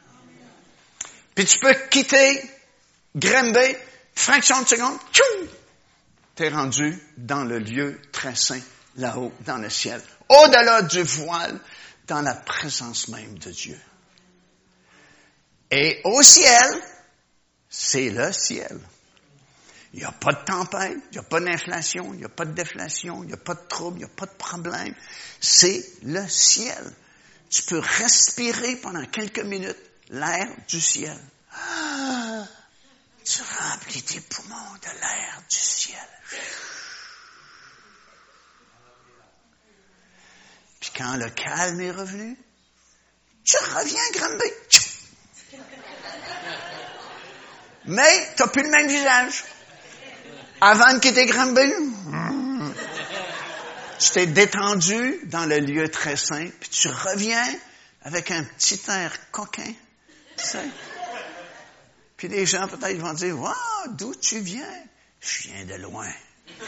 Puis tu peux quitter Granby, fraction de seconde, t'es rendu dans le lieu très saint, là-haut, dans le ciel. Au-delà du voile, dans la présence même de Dieu. Et au ciel, c'est le ciel. Il n'y a pas de tempête, il n'y a pas d'inflation, il n'y a pas de déflation, il n'y a pas de trouble, il n'y a pas de problème. C'est le ciel. Tu peux respirer pendant quelques minutes l'air du ciel. Ah, tu remplis tes poumons de l'air du ciel. Puis quand le calme est revenu, tu reviens à Granby. Mais tu n'as plus le même visage. Avant de quitter Granby, tu t'es détendu dans le lieu très saint, puis tu reviens avec un petit air coquin. Tu sais. Puis les gens peut-être vont dire, « Wow, d'où tu viens? » Je viens de loin.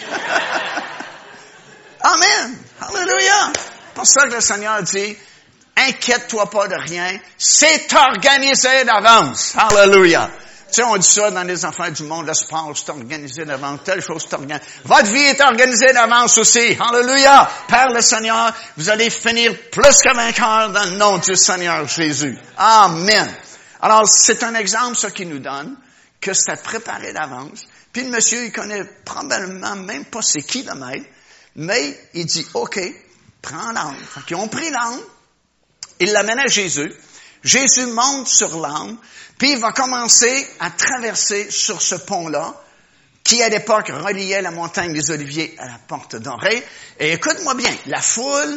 Amen! Hallelujah! C'est pour ça que le Seigneur dit, inquiète-toi pas de rien, c'est organisé d'avance. Hallelujah. Tu sais, on dit ça dans les affaires du monde, le sport, c'est organisé d'avance, telle chose, c'est organisé. Votre vie est organisée d'avance aussi. Hallelujah. Par le Seigneur, vous allez finir plus que vainqueur dans le nom du Seigneur Jésus. Amen. Alors, c'est un exemple, ça, qui nous donne que c'était préparé d'avance. Puis le monsieur, il connaît probablement même pas c'est qui le maître, mais il dit, OK, prends l'âne. Fait qu'ils ont pris l'âne, ils l'amènent à Jésus. Jésus monte sur l'âne, puis il va commencer à traverser sur ce pont-là, qui à l'époque reliait la montagne des Oliviers à la Porte Dorée. Et écoute-moi bien, la foule,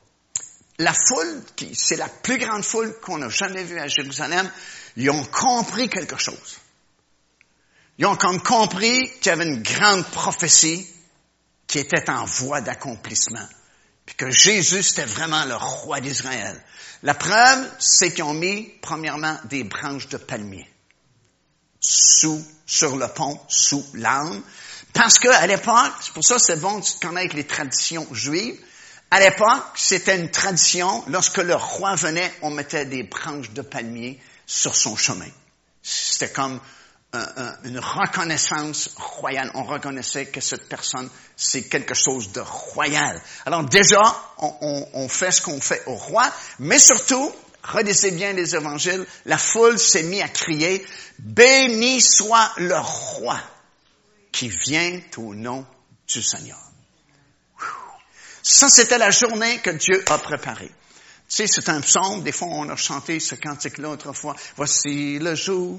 c'est la plus grande foule qu'on n'a jamais vue à Jérusalem, ils ont compris quelque chose. Ils ont comme compris qu'il y avait une grande prophétie qui était en voie d'accomplissement. Puis que Jésus, c'était vraiment le roi d'Israël. La preuve, c'est qu'ils ont mis, premièrement, des branches de palmier sur le pont, sous l'âne. Parce qu'à l'époque, c'est pour ça que c'est bon de connaître les traditions juives. À l'époque, c'était une tradition, lorsque le roi venait, on mettait des branches de palmier sur son chemin. C'était comme une reconnaissance royale. On reconnaissait que cette personne, c'est quelque chose de royal. Alors déjà, on fait ce qu'on fait au roi, mais surtout, relisez bien les évangiles, la foule s'est mise à crier, « Béni soit le roi qui vient au nom du Seigneur. » Ça, c'était la journée que Dieu a préparée. Tu sais, c'est un psaume. Des fois, on a chanté ce cantique-là autrefois. Voici le jour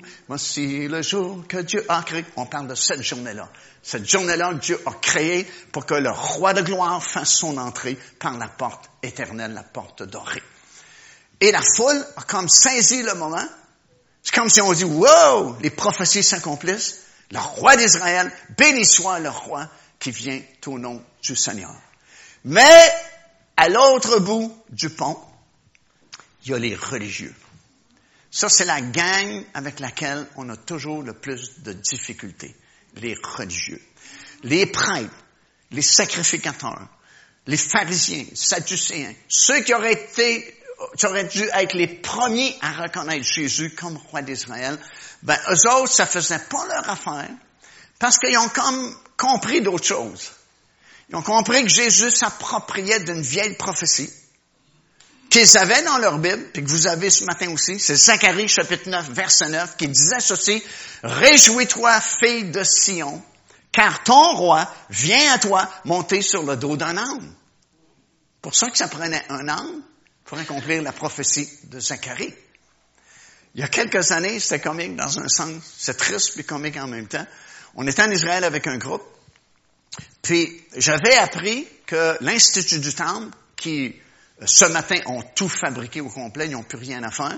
que Dieu a créé. On parle de cette journée-là. Cette journée-là que Dieu a créée pour que le roi de gloire fasse son entrée par la porte éternelle, la porte dorée. Et la foule a comme saisi le moment. C'est comme si on dit, wow, les prophéties s'accomplissent. Le roi d'Israël, béni soit le roi qui vient au nom du Seigneur. Mais, à l'autre bout du pont, il y a les religieux. Ça, c'est la gang avec laquelle on a toujours le plus de difficultés. Les religieux. Les prêtres, les sacrificateurs, les pharisiens, les sadducéens, ceux qui auraient dû être les premiers à reconnaître Jésus comme roi d'Israël, ben, eux autres, ça faisait pas leur affaire, parce qu'ils ont comme compris d'autres choses. Ils ont compris que Jésus s'appropriait d'une vieille prophétie, qu'ils avaient dans leur Bible, puis que vous avez ce matin aussi, c'est Zacharie chapitre 9, verset 9, qui disait ceci, « Réjouis-toi, fille de Sion, car ton roi vient à toi monter sur le dos d'un âne. » Pour ça que ça prenait un âne pour accomplir la prophétie de Zacharie. Il y a quelques années, c'était comique dans un sens, c'est triste puis comique en même temps. On était en Israël avec un groupe, puis j'avais appris que l'Institut du Temple, qui ce matin ont tout fabriqué au complet, ils n'ont plus rien à faire.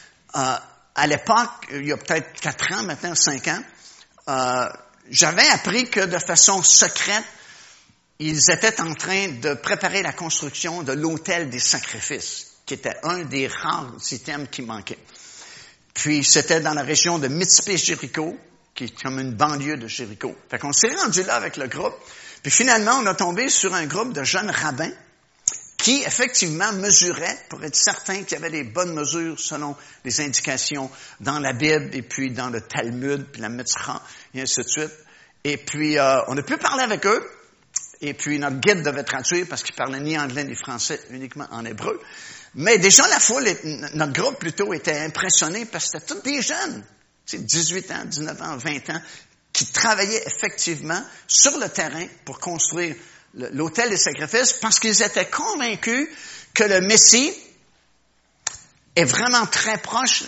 À l'époque, il y a peut-être 4 ans, maintenant 5 ans, j'avais appris que de façon secrète, ils étaient en train de préparer la construction de l'autel des sacrifices, qui était un des rares items qui manquait. Puis c'était dans la région de Mitzpé-Jéricho, qui est comme une banlieue de Jéricho. Fait qu'on s'est rendu là avec le groupe, puis finalement, on a tombé sur un groupe de jeunes rabbins qui, effectivement, mesuraient pour être certain qu'il y avait des bonnes mesures selon les indications dans la Bible et puis dans le Talmud, puis la Mitzra, et ainsi de suite. Et puis, on a pu parler avec eux, et puis notre guide devait traduire parce qu'il parlait ni anglais ni français, uniquement en hébreu. Mais déjà, la foule, notre groupe plutôt, était impressionné parce que c'était tous des jeunes, tu sais, 18 ans, 19 ans, 20 ans, qui travaillaient effectivement sur le terrain pour construire l'autel des sacrifices parce qu'ils étaient convaincus que le Messie est vraiment très proche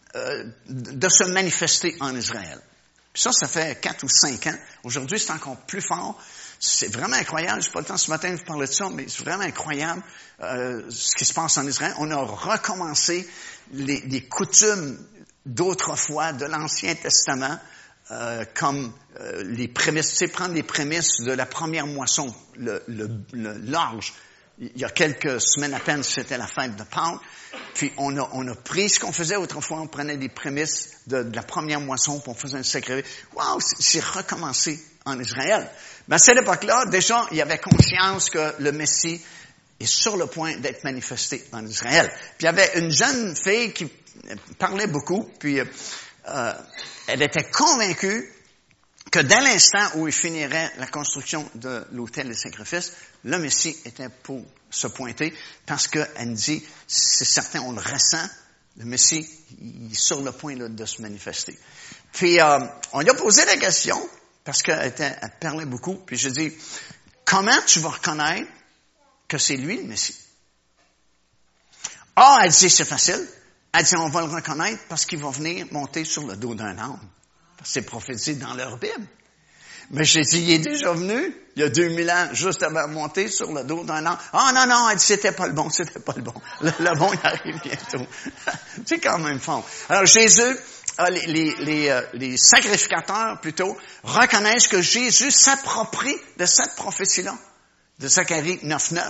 de se manifester en Israël. Puis ça fait 4 ou 5 ans. Aujourd'hui, c'est encore plus fort. C'est vraiment incroyable. Je n'ai pas le temps ce matin de vous parler de ça, mais c'est vraiment incroyable ce qui se passe en Israël. On a recommencé les coutumes d'autrefois, de l'Ancien Testament, comme les prémices, tu sais, prendre les prémices de la première moisson, l'orge. Il y a quelques semaines à peine, c'était la fête de Pâques. Puis on a pris ce qu'on faisait autrefois, on prenait des prémices de la première moisson, puis on faisait un sacrifice. Wow, c'est recommencé en Israël. Mais à cette époque-là, déjà, il y avait conscience que le Messie est sur le point d'être manifesté en Israël. Puis il y avait une jeune fille qui parlait beaucoup, puis elle était convaincue que dès l'instant où il finirait la construction de l'autel des sacrifices, le Messie était pour se pointer, parce qu'elle dit, c'est certain, on le ressent, le Messie il est sur le point là, de se manifester. Puis on lui a posé la question, parce qu'elle parlait beaucoup, puis j'ai dit, comment tu vas reconnaître que c'est lui le Messie? Ah, elle dit, c'est facile. Elle dit, on va le reconnaître parce qu'il va venir monter sur le dos d'un âne. C'est prophétisé dans leur Bible. Mais j'ai dit, il est déjà venu, il y a 2000 ans, juste avant de monter sur le dos d'un âne. Ah non, elle dit, c'était pas le bon. Le bon, il arrive bientôt. C'est quand même fort. Alors Jésus, les sacrificateurs plutôt, reconnaissent que Jésus s'approprie de cette prophétie-là, de Zacharie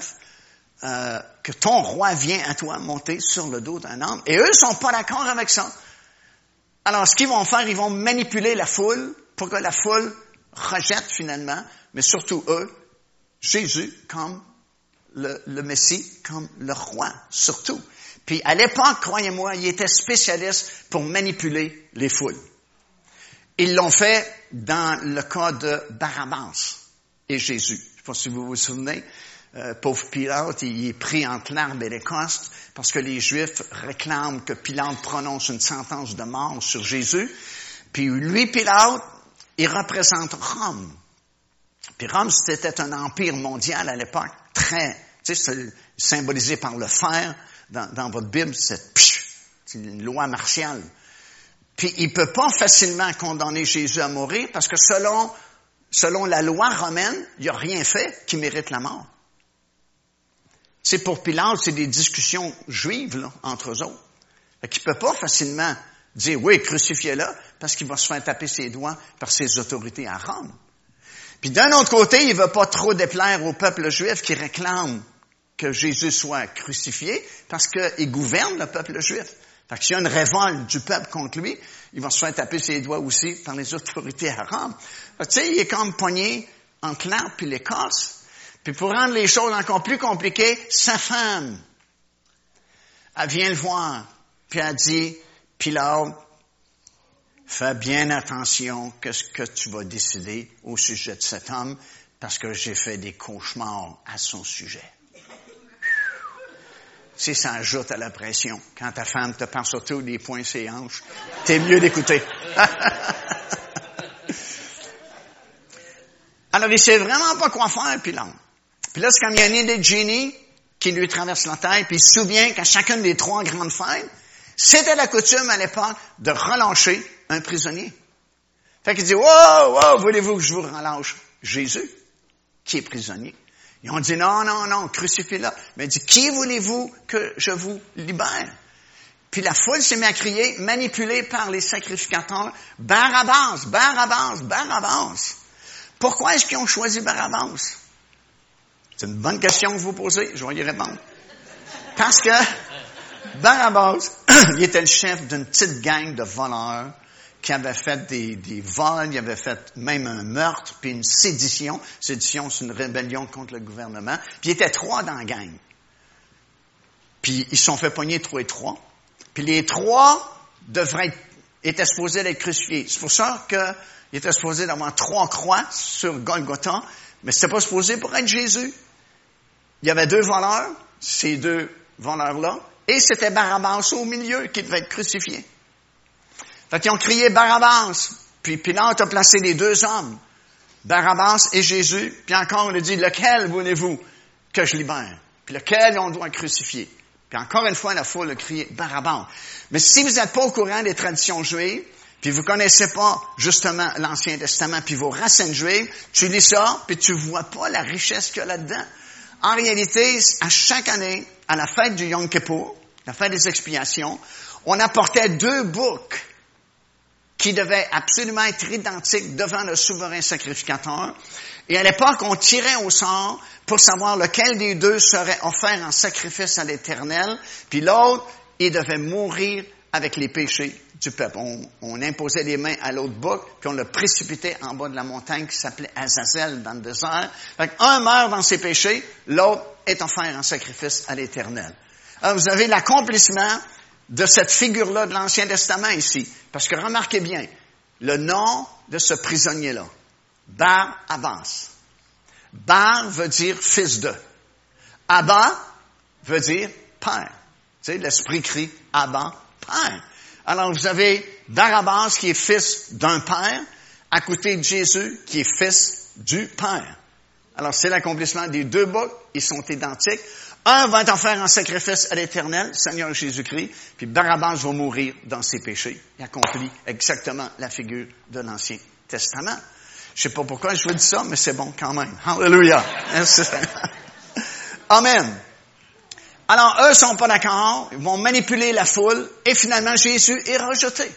9:9, que ton roi vient à toi monter sur le dos d'un âne. Et eux sont pas d'accord avec ça. Alors, ce qu'ils vont faire, ils vont manipuler la foule pour que la foule rejette finalement, mais surtout eux, Jésus comme le Messie, comme le roi, surtout. Puis à l'époque, croyez-moi, il était spécialiste pour manipuler les foules. Ils l'ont fait dans le cas de Barabbas et Jésus. Je ne sais pas si vous vous souvenez. Pauvre Pilate, il est pris entre l'arbre et l'écosse parce que les Juifs réclament que Pilate prononce une sentence de mort sur Jésus. Puis lui, Pilate, il représente Rome. Puis Rome, c'était un empire mondial à l'époque, très, tu sais, c'est symbolisé par le fer. Dans votre Bible, c'est une loi martiale. Puis il peut pas facilement condamner Jésus à mourir parce que selon la loi romaine, il a rien fait qui mérite la mort. C'est pour Pilate, c'est des discussions juives là, entre eux autres. Fait qu'il peut pas facilement dire oui, crucifiez-le, parce qu'il va se faire taper ses doigts par ses autorités à Rome. Puis d'un autre côté, il veut pas trop déplaire au peuple juif qui réclame que Jésus soit crucifié, parce qu'il gouverne le peuple juif. Fait que s'il y a une révolte du peuple contre lui, il va se faire taper ses doigts aussi par les autorités à Rome. Fait que, tu sais, il est comme pogné entre l'arbre puis l'écorce. Puis pour rendre les choses encore plus compliquées, sa femme, elle vient le voir, puis elle dit, Pilate, fais bien attention à ce que tu vas décider au sujet de cet homme, parce que j'ai fait des cauchemars à son sujet. Si ça ajoute à la pression, quand ta femme te parle surtout des poings ses hanches, t'es mieux d'écouter. Alors, il sait vraiment pas quoi faire, Pilate. Puis là, c'est comme il y a une idée de génie qui lui traverse la tête, puis il se souvient qu'à chacune des 3 grandes fêtes, c'était la coutume à l'époque de relâcher un prisonnier. Fait qu'il dit, wow, voulez-vous que je vous relâche Jésus, qui est prisonnier? Ils ont dit, non, crucifiez-le. Mais il dit, qui voulez-vous que je vous libère? Puis la foule s'est mise à crier, manipulée par les sacrificateurs, Barabbas. Pourquoi est-ce qu'ils ont choisi Barabbas? C'est une bonne question que vous posez, je vais y répondre. Parce que Barabbas, il était le chef d'une petite gang de voleurs qui avait fait des vols, il avait fait même un meurtre, puis une sédition. Sédition, c'est une rébellion contre le gouvernement. Puis il était 3 dans la gang. Puis ils se sont fait pogner 3 et 3. Puis les 3 étaient supposés être crucifiés. C'est pour ça qu'ils étaient supposés d'avoir 3 croix sur Golgotha, mais c'était pas supposé pour être Jésus. Il y avait 2 voleurs, ces 2 voleurs-là, et c'était Barabbas au milieu qui devait être crucifié. Fait qu'ils ont crié Barabbas, puis Pilate a placé les 2 hommes, Barabbas et Jésus, puis encore on a dit, lequel voulez-vous que je libère? Puis lequel on doit crucifier? Puis encore une fois, la foule a crié Barabbas. Mais si vous n'êtes pas au courant des traditions juives, puis vous connaissez pas justement l'Ancien Testament, puis vos racines juives, tu lis ça, puis tu vois pas la richesse qu'il y a là-dedans. En réalité, à chaque année, à la fête du Yom Kippour, la fête des expiations, on apportait 2 boucs qui devaient absolument être identiques devant le souverain sacrificateur. Et à l'époque, on tirait au sort pour savoir lequel des 2 serait offert en sacrifice à l'Éternel, puis l'autre, il devait mourir avec les péchés du peuple. On imposait les mains à l'autre bout, puis on le précipitait en bas de la montagne qui s'appelait Azazel dans le désert. Fait un meurt dans ses péchés, l'autre est offert en sacrifice à l'Éternel. Alors vous avez l'accomplissement de cette figure-là de l'Ancien Testament ici. Parce que remarquez bien, le nom de ce prisonnier-là, Bar-Abbas. Bar veut dire fils de. Abba veut dire père. Tu sais, l'Esprit crie Abba, père. Alors vous avez Barabbas qui est fils d'un père, à côté de Jésus qui est fils du père. Alors c'est l'accomplissement des deux boucs, ils sont identiques. Un va être offert en sacrifice à l'Éternel, Seigneur Jésus-Christ, puis Barabbas va mourir dans ses péchés. Il accomplit exactement la figure de l'Ancien Testament. Je sais pas pourquoi je vous dis ça, mais c'est bon quand même. Hallelujah. Amen. Alors, eux sont pas d'accord, ils vont manipuler la foule, et finalement, Jésus est rejeté.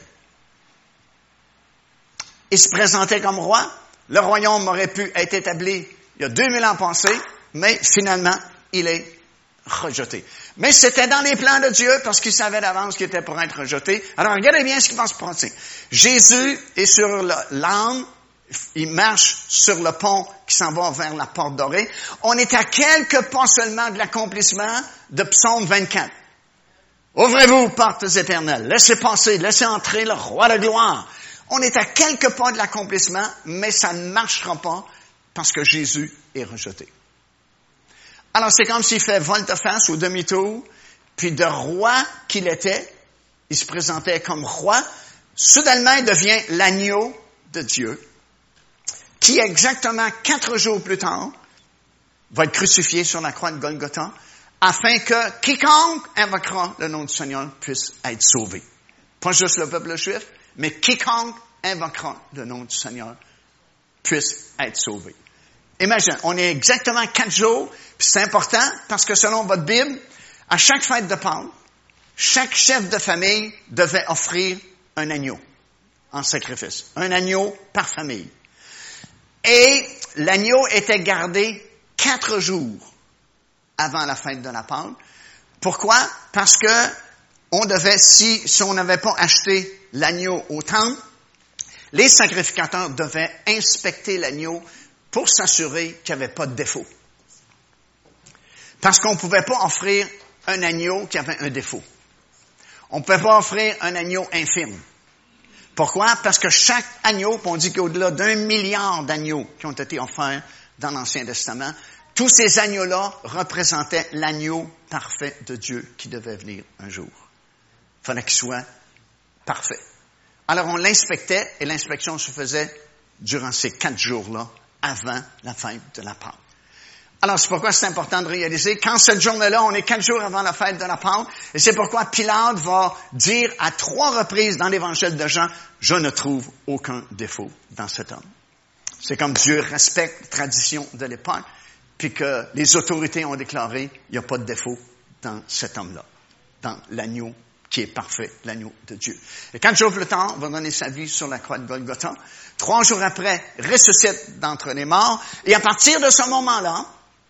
Il se présentait comme roi. Le royaume aurait pu être établi il y a 2000 ans passés, mais finalement, il est rejeté. Mais c'était dans les plans de Dieu, parce qu'il savait d'avance qu'il était pour être rejeté. Alors, regardez bien ce qui va se passer. Jésus est sur l'âne, il marche sur le pont qui s'en va vers la porte dorée. On est à quelques pas seulement de l'accomplissement de Psaume 24. Ouvrez-vous, portes éternelles. Laissez passer, laissez entrer le roi de gloire. On est à quelques pas de l'accomplissement, mais ça ne marchera pas parce que Jésus est rejeté. Alors, c'est comme s'il fait volte-face ou demi-tour, puis de roi qu'il était, il se présentait comme roi. Soudainement, il devient l'agneau de Dieu, qui exactement 4 jours plus tard va être crucifié sur la croix de Golgotha, afin que quiconque invoquera le nom du Seigneur puisse être sauvé. Pas juste le peuple juif, mais quiconque invoquera le nom du Seigneur puisse être sauvé. Imagine, on est exactement 4 jours, puis c'est important parce que selon votre Bible, à chaque fête de Pâques, chaque chef de famille devait offrir un agneau en sacrifice. Un agneau par famille. Et l'agneau était gardé 4 jours avant la fête de la Pâque. Pourquoi? Parce que on devait, si on n'avait pas acheté l'agneau au temple, les sacrificateurs devaient inspecter l'agneau pour s'assurer qu'il n'y avait pas de défaut. Parce qu'on ne pouvait pas offrir un agneau qui avait un défaut. On ne pouvait pas offrir un agneau infirme. Pourquoi? Parce que chaque agneau, on dit qu'au-delà d'1 milliard d'agneaux qui ont été offerts dans l'Ancien Testament, tous ces agneaux-là représentaient l'agneau parfait de Dieu qui devait venir un jour. Il fallait qu'il soit parfait. Alors on l'inspectait et l'inspection se faisait durant ces 4 jours-là avant la fête de la Pâque. Alors, c'est pourquoi c'est important de réaliser qu'en cette journée-là, on est 4 jours avant la fête de la Pâque, et c'est pourquoi Pilate va dire à 3 reprises dans l'Évangile de Jean, « Je ne trouve aucun défaut dans cet homme. » C'est comme Dieu respecte les traditions de l'époque, puis que les autorités ont déclaré, il n'y a pas de défaut dans cet homme-là, dans l'agneau qui est parfait, l'agneau de Dieu. Et 4 jours plus tard, il va donner sa vie sur la croix de Golgotha. 3 jours après, ressuscite d'entre les morts, et à partir de ce moment-là,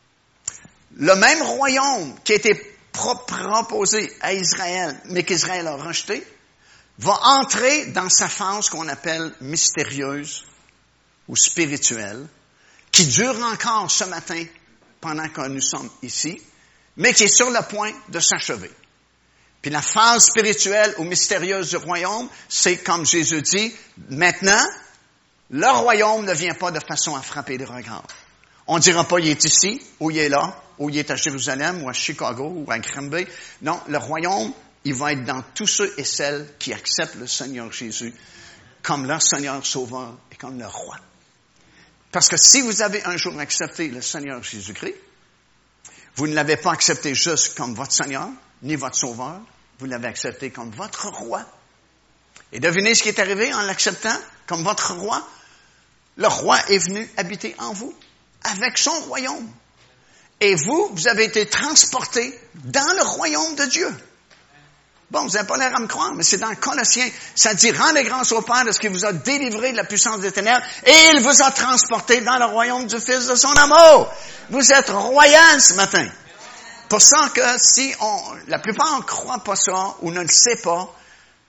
le même royaume qui a été proposé à Israël, mais qu'Israël a rejeté, va entrer dans sa phase qu'on appelle mystérieuse ou spirituelle, qui dure encore ce matin pendant que nous sommes ici, mais qui est sur le point de s'achever. Puis la phase spirituelle ou mystérieuse du royaume, c'est comme Jésus dit, maintenant, le royaume ne vient pas de façon à frapper les regards. On ne dira pas, il est ici, ou il est là, ou il est à Jérusalem, ou à Chicago, ou à Granby. Non, le royaume, il va être dans tous ceux et celles qui acceptent le Seigneur Jésus comme leur Seigneur Sauveur et comme leur roi. Parce que si vous avez un jour accepté le Seigneur Jésus-Christ, vous ne l'avez pas accepté juste comme votre Seigneur, ni votre Sauveur, vous l'avez accepté comme votre roi. Et devinez ce qui est arrivé en l'acceptant comme votre roi. Le roi est venu habiter en vous, avec son royaume. Et vous avez été transportés dans le royaume de Dieu. Bon, vous n'avez pas l'air à me croire, mais c'est dans Colossiens. Ça dit, rendez grâce au Père de ce qu'il vous a délivré de la puissance des ténèbres, et il vous a transporté dans le royaume du Fils de son amour. Vous êtes royal ce matin. Pour ça que si la plupart ne croient pas ça, ou ne le sait pas,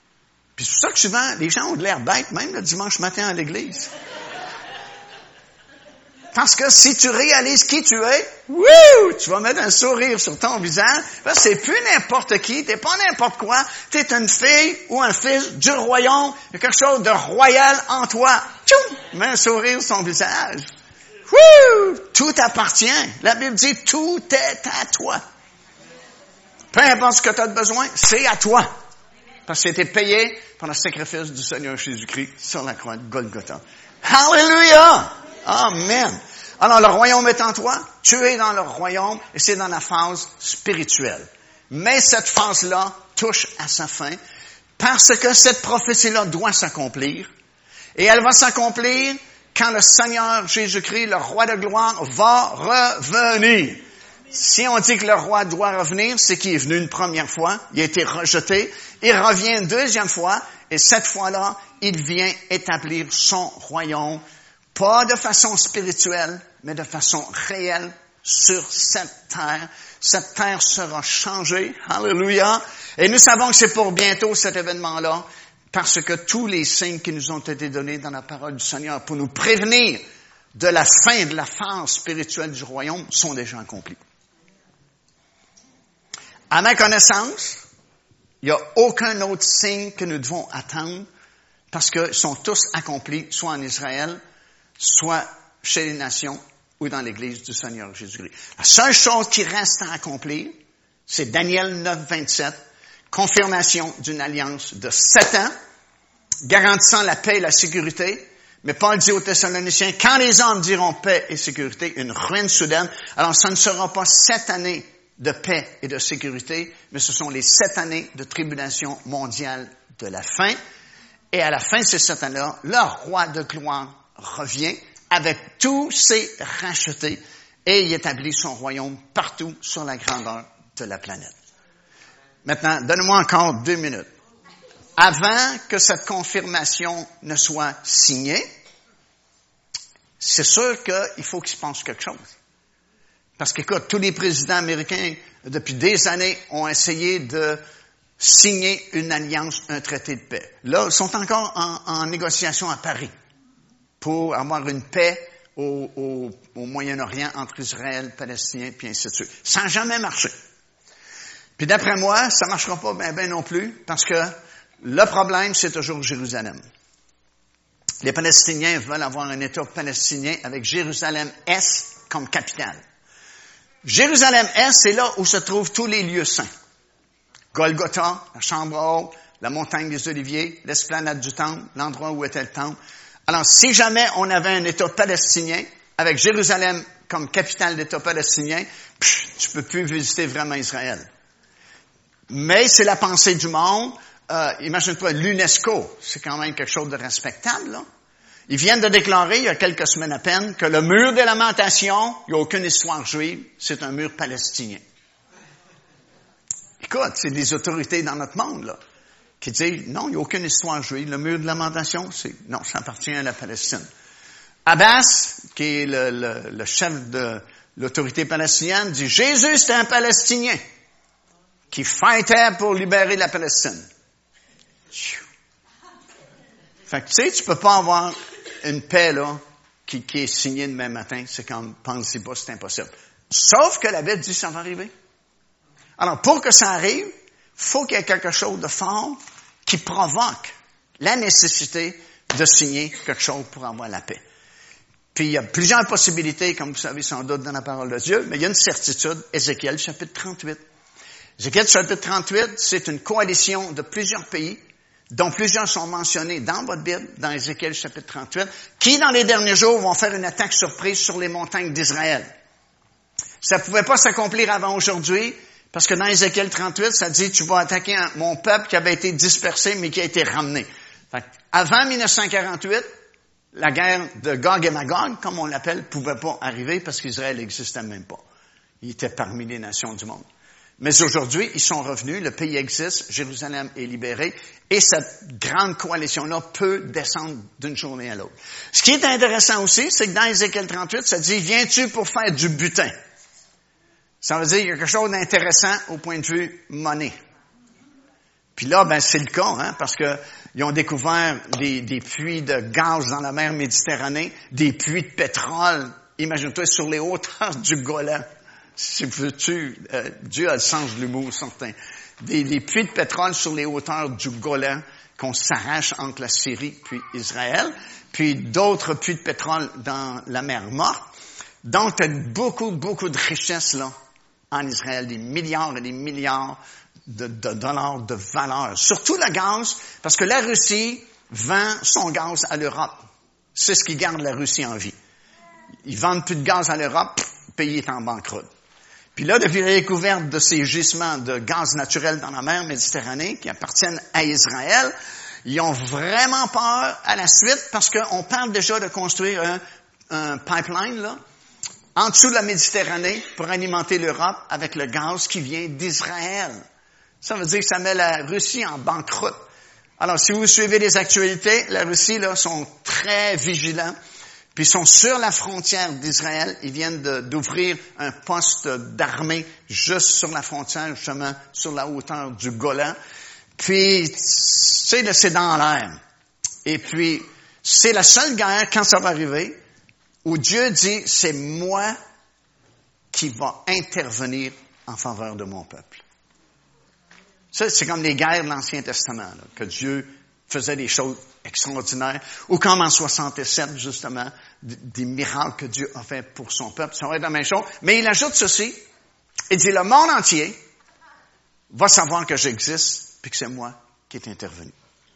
Puis c'est pour ça que souvent, les gens ont de l'air bêtes, même le dimanche matin à l'église. Parce que si tu réalises qui tu es, tu vas mettre un sourire sur ton visage. Parce que c'est plus n'importe qui, t'es pas n'importe quoi. T'es une fille ou un fils du royaume. Il y a quelque chose de royal en toi. Tchoum! Mets un sourire sur ton visage. Tout t'appartient. La Bible dit tout est à toi. Peu importe ce que tu as besoin, c'est à toi. Parce que c'était payé par le sacrifice du Seigneur Jésus-Christ sur la croix de Golgotha. Hallelujah! Amen. Alors, le royaume est en toi, tu es dans le royaume, et c'est dans la phase spirituelle. Mais cette phase-là touche à sa fin, parce que cette prophétie-là doit s'accomplir, et elle va s'accomplir quand le Seigneur Jésus-Christ, le roi de gloire, va revenir. Si on dit que le roi doit revenir, c'est qu'il est venu une première fois, il a été rejeté, il revient une deuxième fois, et cette fois-là, il vient établir son royaume, pas de façon spirituelle, mais de façon réelle sur cette terre. Cette terre sera changée. Alléluia. Et nous savons que c'est pour bientôt cet événement-là, parce que tous les signes qui nous ont été donnés dans la parole du Seigneur pour nous prévenir de la fin de la phase spirituelle du royaume sont déjà accomplis. À ma connaissance, il n'y a aucun autre signe que nous devons attendre, parce qu'ils sont tous accomplis, soit en Israël, soit chez les nations ou dans l'Église du Seigneur Jésus-Christ. La seule chose qui reste à accomplir, c'est Daniel 9, 27, confirmation d'une alliance de 7 ans, garantissant la paix et la sécurité. Mais Paul dit aux Thessaloniciens, quand les hommes diront paix et sécurité, une ruine soudaine, alors ça ne sera pas 7 années de paix et de sécurité, mais ce sont les 7 années de tribulation mondiale de la fin. Et à la fin de ces 7 ans-là, le roi de gloire revient avec tous ses rachetés et il établit son royaume partout sur la grandeur de la planète. Maintenant, donne-moi encore 2 minutes. Avant que cette confirmation ne soit signée, c'est sûr qu'il faut qu'il se passe quelque chose. Parce qu'écoute, tous les présidents américains, depuis des années, ont essayé de signer une alliance, un traité de paix. Là, ils sont encore en négociation à Paris pour avoir une paix au Moyen-Orient entre Israël, Palestiniens, puis ainsi de suite. Ça n'a jamais marché. Puis d'après moi, ça ne marchera pas bien non plus, parce que le problème, c'est toujours Jérusalem. Les Palestiniens veulent avoir un État palestinien avec Jérusalem-Est comme capitale. Jérusalem-Est, c'est là où se trouvent tous les lieux saints. Golgotha, la chambre haute, la montagne des Oliviers, l'esplanade du temple, l'endroit où était le temple. Alors, si jamais on avait un État palestinien, avec Jérusalem comme capitale d'État palestinien, tu peux plus visiter vraiment Israël. Mais c'est la pensée du monde. Imagine-toi, l'UNESCO, c'est quand même quelque chose de respectable, là. Ils viennent de déclarer, il y a quelques semaines à peine, que le mur des lamentations, il n'y a aucune histoire juive, c'est un mur palestinien. Écoute, c'est des autorités dans notre monde, là, qui disent, non, il n'y a aucune histoire juive. Le mur de lamentation, non, ça appartient à la Palestine. Abbas, qui est le chef de l'autorité palestinienne, dit, Jésus, c'était un Palestinien qui fightait pour libérer la Palestine. Fait que, tu sais, tu peux pas avoir une paix, là, qui est signée demain matin. C'est comme, pensez pas, c'est impossible. Sauf que la Bible dit, ça va arriver. Alors, pour que ça arrive, faut qu'il y ait quelque chose de fort qui provoque la nécessité de signer quelque chose pour avoir la paix. Puis, il y a plusieurs possibilités, comme vous savez sans doute dans la parole de Dieu, mais il y a une certitude, Ézéchiel, chapitre 38. Ézéchiel, chapitre 38, c'est une coalition de plusieurs pays, dont plusieurs sont mentionnés dans votre Bible, dans Ézéchiel, chapitre 38, qui, dans les derniers jours, vont faire une attaque surprise sur les montagnes d'Israël. Ça ne pouvait pas s'accomplir avant aujourd'hui, parce que dans Ézéchiel 38, ça dit, tu vas attaquer mon peuple qui avait été dispersé, mais qui a été ramené. Fait, avant 1948, la guerre de Gog et Magog, comme on l'appelle, ne pouvait pas arriver parce qu'Israël n'existait même pas. Il était parmi les nations du monde. Mais aujourd'hui, ils sont revenus, le pays existe, Jérusalem est libérée, et cette grande coalition-là peut descendre d'une journée à l'autre. Ce qui est intéressant aussi, c'est que dans Ézéchiel 38, ça dit, viens-tu pour faire du butin? Ça veut dire qu'il y a quelque chose d'intéressant au point de vue monnaie. Puis là, ben c'est le cas, hein, parce que Ils ont découvert des puits de gaz dans la mer Méditerranée, des puits de pétrole. Imagine-toi sur les hauteurs du Golan. Si veux-tu, Dieu a le sens de l'humour, certain. Des puits de pétrole sur les hauteurs du Golan qu'on s'arrache entre la Syrie puis Israël, puis d'autres puits de pétrole dans la mer Morte. Donc, il y a beaucoup de richesses là en Israël, des milliards et des milliards de dollars de valeur. Surtout le gaz, parce que la Russie vend son gaz à l'Europe. C'est ce qui garde la Russie en vie. Ils vendent plus de gaz à l'Europe, le pays est en banqueroute. Puis là, depuis la découverte de ces gisements de gaz naturel dans la mer Méditerranée qui appartiennent à Israël, ils ont vraiment peur à la suite parce qu'on parle déjà de construire un pipeline là, en dessous de la Méditerranée pour alimenter l'Europe avec le gaz qui vient d'Israël. Ça veut dire que ça met la Russie en banqueroute. Alors, si vous suivez les actualités, la Russie, là, sont très vigilants. Puis, ils sont sur la frontière d'Israël. Ils viennent d'ouvrir un poste d'armée juste sur la frontière, justement, sur la hauteur du Golan. Puis, tu sais, là, c'est dans l'air. Et puis, c'est la seule guerre, quand ça va arriver, où Dieu dit, c'est moi qui va intervenir en faveur de mon peuple. Ça, c'est comme les guerres de l'Ancien Testament, là, que Dieu faisait des choses extraordinaires. Ou comme en 67, justement, des miracles que Dieu a fait pour son peuple. Ça va être la même chose. Mais il ajoute ceci. Il dit, le monde entier va savoir que j'existe puis que c'est moi qui est intervenu.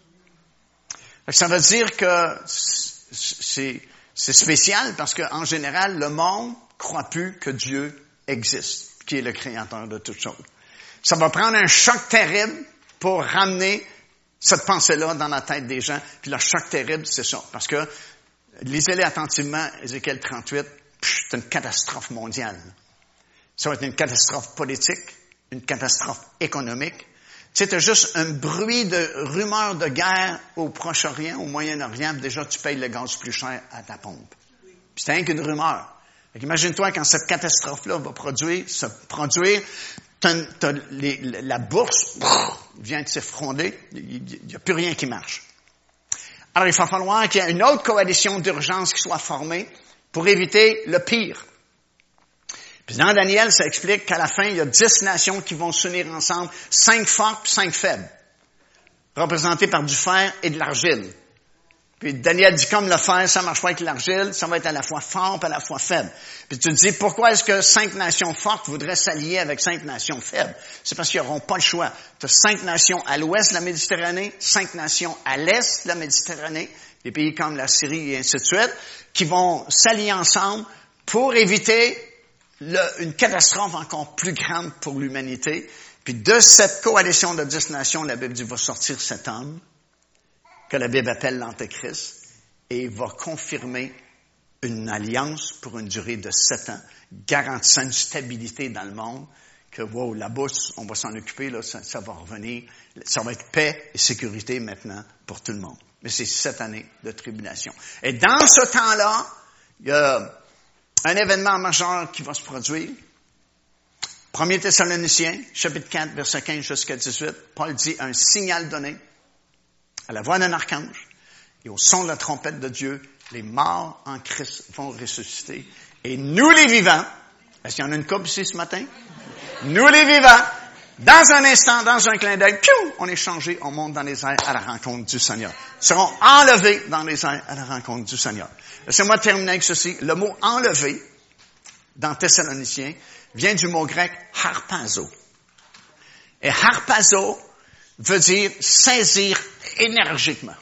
Ça veut dire que c'est spécial parce qu'en général, le monde ne croit plus que Dieu existe, qui est le créateur de toutes choses. Ça va prendre un choc terrible pour ramener cette pensée-là dans la tête des gens. Puis le choc terrible, c'est ça. Parce que, lisez-les attentivement, Ézéchiel 38, c'est une catastrophe mondiale. Ça va être une catastrophe politique, une catastrophe économique. Tu sais, t'as juste un bruit de rumeurs de guerre au Proche-Orient, au Moyen-Orient, puis déjà tu payes le gaz plus cher à ta pompe. Puis c'est rien qu'une rumeur. Imagine-toi quand cette catastrophe-là va se produire, la bourse vient de s'effondrer, il n'y a plus rien qui marche. Alors, il va falloir qu'il y ait une autre coalition d'urgence qui soit formée pour éviter le pire. Puis dans Daniel, ça explique qu'à la fin, il y a 10 nations qui vont s'unir ensemble, 5 fortes et 5 faibles, représentées par du fer et de l'argile. Puis Daniel dit, comme le fer, ça marche pas avec l'argile, ça va être à la fois fort et à la fois faible. Puis tu te dis, pourquoi est-ce que 5 nations fortes voudraient s'allier avec 5 nations faibles? C'est parce qu'ils n'auront pas le choix. Tu as 5 nations à l'ouest de la Méditerranée, 5 nations à l'est de la Méditerranée, des pays comme la Syrie et ainsi de suite, qui vont s'allier ensemble pour éviter une catastrophe encore plus grande pour l'humanité. Puis de cette coalition de 10 nations, la Bible dit, va sortir cet homme, que la Bible appelle l'Antéchrist, et il va confirmer une alliance pour une durée de 7 ans, garantissant une stabilité dans le monde, que là-bas, on va s'en occuper, là, ça va revenir, ça va être paix et sécurité maintenant pour tout le monde. Mais c'est 7 années de tribulation. Et dans ce temps-là, il y a un événement majeur qui va se produire. 1 Thessaloniciens, chapitre 4, verset 15 jusqu'à 18, Paul dit, un signal donné, à la voix d'un archange et au son de la trompette de Dieu, les morts en Christ vont ressusciter. Et nous les vivants, est-ce qu'il y en a une couple ici ce matin? Nous les vivants, dans un instant, dans un clin d'œil, on est changé, on monte dans les airs à la rencontre du Seigneur. Ils seront enlevés dans les airs à la rencontre du Seigneur. Laissez-moi terminer avec ceci. Le mot enlevé, dans Thessaloniciens, vient du mot grec harpazo. Et harpazo veut dire saisir énergiquement.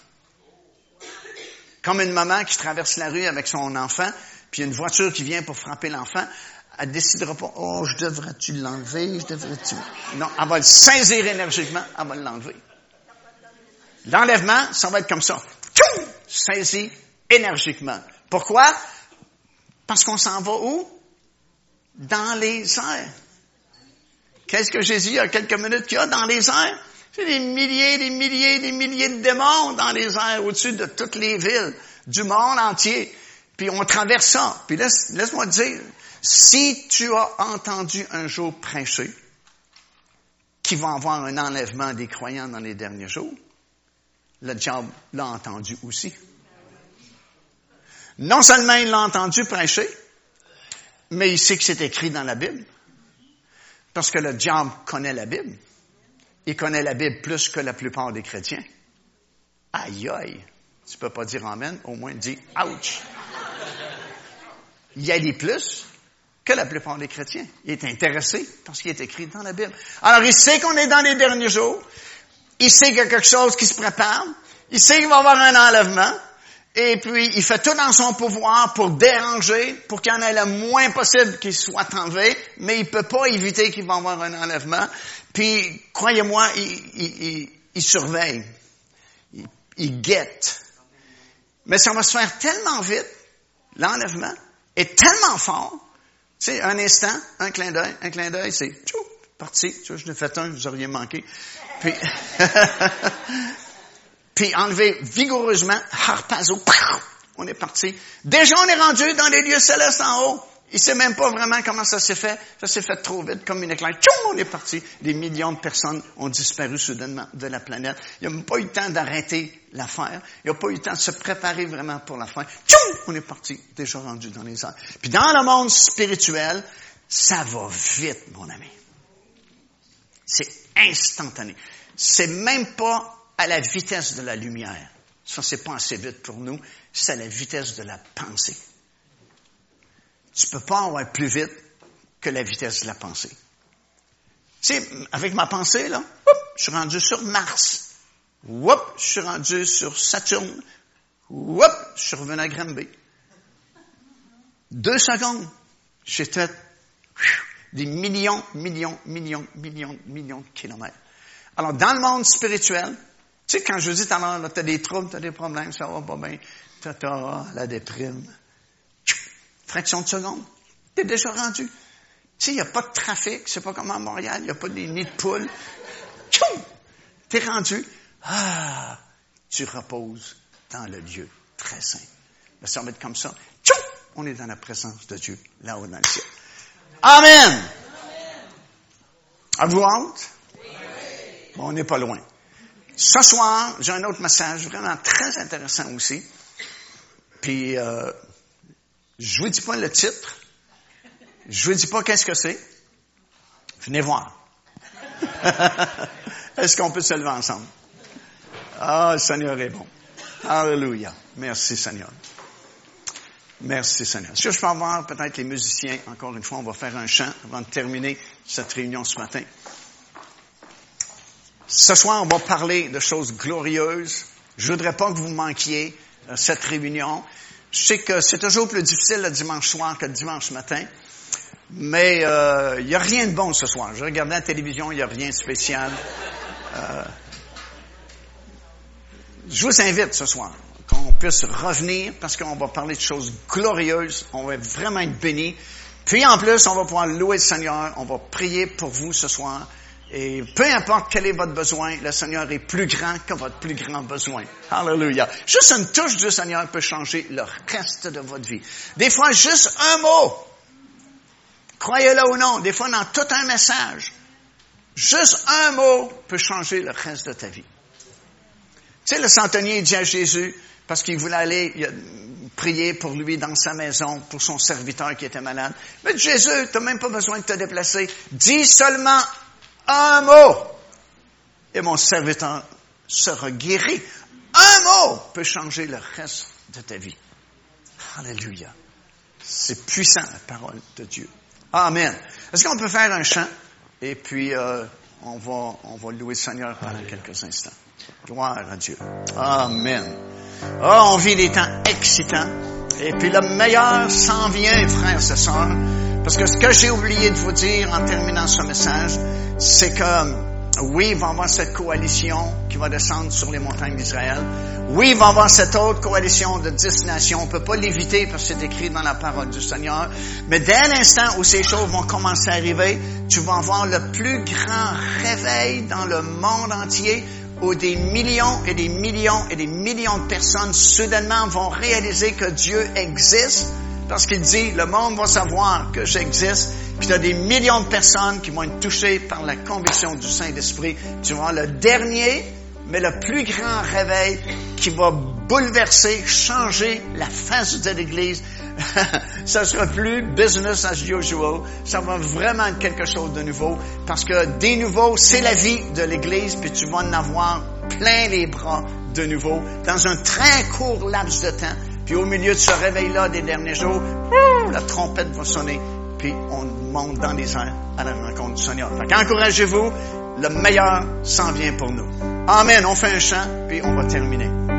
Comme une maman qui traverse la rue avec son enfant, puis il y a une voiture qui vient pour frapper l'enfant, elle décidera pas, oh, je devrais-tu l'enlever, Non, elle va le saisir énergiquement, elle va l'enlever. L'enlèvement, ça va être comme ça. Saisi énergiquement. Pourquoi? Parce qu'on s'en va où? Dans les airs. Qu'est-ce que Jésus, il y a quelques minutes, qu'il y a dans les airs? C'est des milliers de démons dans les airs, au-dessus de toutes les villes, du monde entier. Puis on traverse ça. Puis laisse-moi te dire, si tu as entendu un jour prêcher qu'il va y avoir un enlèvement des croyants dans les derniers jours, le diable l'a entendu aussi. Non seulement il l'a entendu prêcher, mais il sait que c'est écrit dans la Bible. Parce que le diable connaît la Bible. Il connaît la Bible plus que la plupart des chrétiens. Aïe, aïe. Tu peux pas dire amen, au moins dis ouch. Il y a des plus que la plupart des chrétiens. Il est intéressé par ce qui est écrit dans la Bible. Alors, il sait qu'on est dans les derniers jours. Il sait qu'il y a quelque chose qui se prépare. Il sait qu'il va y avoir un enlèvement. Et puis, il fait tout dans son pouvoir pour déranger, pour qu'il y en ait le moins possible qu'il soit enlevé, mais il peut pas éviter qu'il va y avoir un enlèvement. Puis, croyez-moi, il surveille. Il guette. Mais ça va se faire tellement vite, l'enlèvement est tellement fort. Tu sais, un instant, un clin d'œil, c'est tchou, parti. Tu vois, je l'ai fait un, vous auriez manqué. Puis, puis enlevé vigoureusement, harpazo, on est parti. Déjà, on est rendu dans les lieux célestes en haut. Il sait même pas vraiment comment ça s'est fait. Ça s'est fait trop vite, comme une éclair. Tchoum, on est parti. Des millions de personnes ont disparu soudainement de la planète. Il n'y a pas eu le temps d'arrêter l'affaire. Il n'y a pas eu le temps de se préparer vraiment pour la fin. Tchoum, on est parti. Déjà rendu dans les airs. Puis dans le monde spirituel, ça va vite, mon ami. C'est instantané. C'est même pas à la vitesse de la lumière. Ça, c'est pas assez vite pour nous. C'est à la vitesse de la pensée. Tu peux pas avoir plus vite que la vitesse de la pensée. Tu sais, avec ma pensée, là, je suis rendu sur Mars. Je suis rendu sur Saturne. Je suis revenu à Granby. 2 secondes, j'ai fait des millions de kilomètres. Alors, dans le monde spirituel, tu sais, quand je dis tout à l'heure, tu as des troubles, tu as des problèmes, ça va pas bien, tu as la déprime. Fraction de seconde, t'es déjà rendu. Tu sais, il n'y a pas de trafic, c'est pas comme à Montréal, il n'y a pas des nids de poules. Tchoum! T'es rendu. Ah! Tu reposes dans le lieu très saint. Ça va être comme ça. Tchoum! On est dans la présence de Dieu, là-haut dans le ciel. Amen! Avez-vous hâte? Bon, on n'est pas loin. Ce soir, j'ai un autre message vraiment très intéressant aussi. Puis, je vous dis pas le titre. Je vous dis pas qu'est-ce que c'est. Venez voir. Est-ce qu'on peut se lever ensemble? Ah, le Seigneur est bon. Alléluia. Merci, Seigneur. Merci, Seigneur. Est-ce que je peux avoir peut-être les musiciens? Encore une fois, on va faire un chant avant de terminer cette réunion ce matin. Ce soir, on va parler de choses glorieuses. Je voudrais pas que vous manquiez cette réunion. Je sais que c'est toujours plus difficile le dimanche soir que le dimanche matin, mais il n'y a rien de bon ce soir. Je regardais la télévision, il n'y a rien de spécial. Je vous invite ce soir qu'on puisse revenir parce qu'on va parler de choses glorieuses. On va vraiment être bénis. Puis en plus, on va pouvoir louer le Seigneur. On va prier pour vous ce soir. Et peu importe quel est votre besoin, le Seigneur est plus grand que votre plus grand besoin. Alléluia. Juste une touche du Seigneur peut changer le reste de votre vie. Des fois, juste un mot. Croyez-le ou non, des fois dans tout un message. Juste un mot peut changer le reste de ta vie. Tu sais, le centenier dit à Jésus, parce qu'il voulait aller prier pour lui dans sa maison, pour son serviteur qui était malade. Mais Jésus, tu n'as même pas besoin de te déplacer. Dis seulement un mot, et mon serviteur sera guéri. Un mot peut changer le reste de ta vie. Alléluia. C'est puissant, la parole de Dieu. Amen. Est-ce qu'on peut faire un chant? Et puis, on va louer le Seigneur pendant quelques instants. Gloire à Dieu. Amen. On vit des temps excitants. Et puis, le meilleur s'en vient, frères et sœurs. Parce que ce que j'ai oublié de vous dire en terminant ce message, c'est que, oui, il va y avoir cette coalition qui va descendre sur les montagnes d'Israël. Oui, il va y avoir cette autre coalition de 10 nations. On ne peut pas l'éviter parce que c'est écrit dans la parole du Seigneur. Mais dès l'instant où ces choses vont commencer à arriver, tu vas avoir le plus grand réveil dans le monde entier où des millions et des millions et des millions de personnes soudainement vont réaliser que Dieu existe. Parce qu'il dit, le monde va savoir que j'existe, puis il y a des millions de personnes qui vont être touchées par la conviction du Saint-Esprit. Tu vas voir le dernier mais le plus grand réveil qui va bouleverser, changer la face de l'Église. Ça sera plus business as usual. Ça va vraiment être quelque chose de nouveau. Parce que des nouveaux, c'est la vie de l'Église, puis tu vas en avoir plein les bras de nouveau dans un très court laps de temps. Puis au milieu de ce réveil-là des derniers jours, la trompette va sonner, puis on monte dans les airs à la rencontre du Seigneur. Fait qu'encouragez-vous, le meilleur s'en vient pour nous. Amen. On fait un chant, puis on va terminer.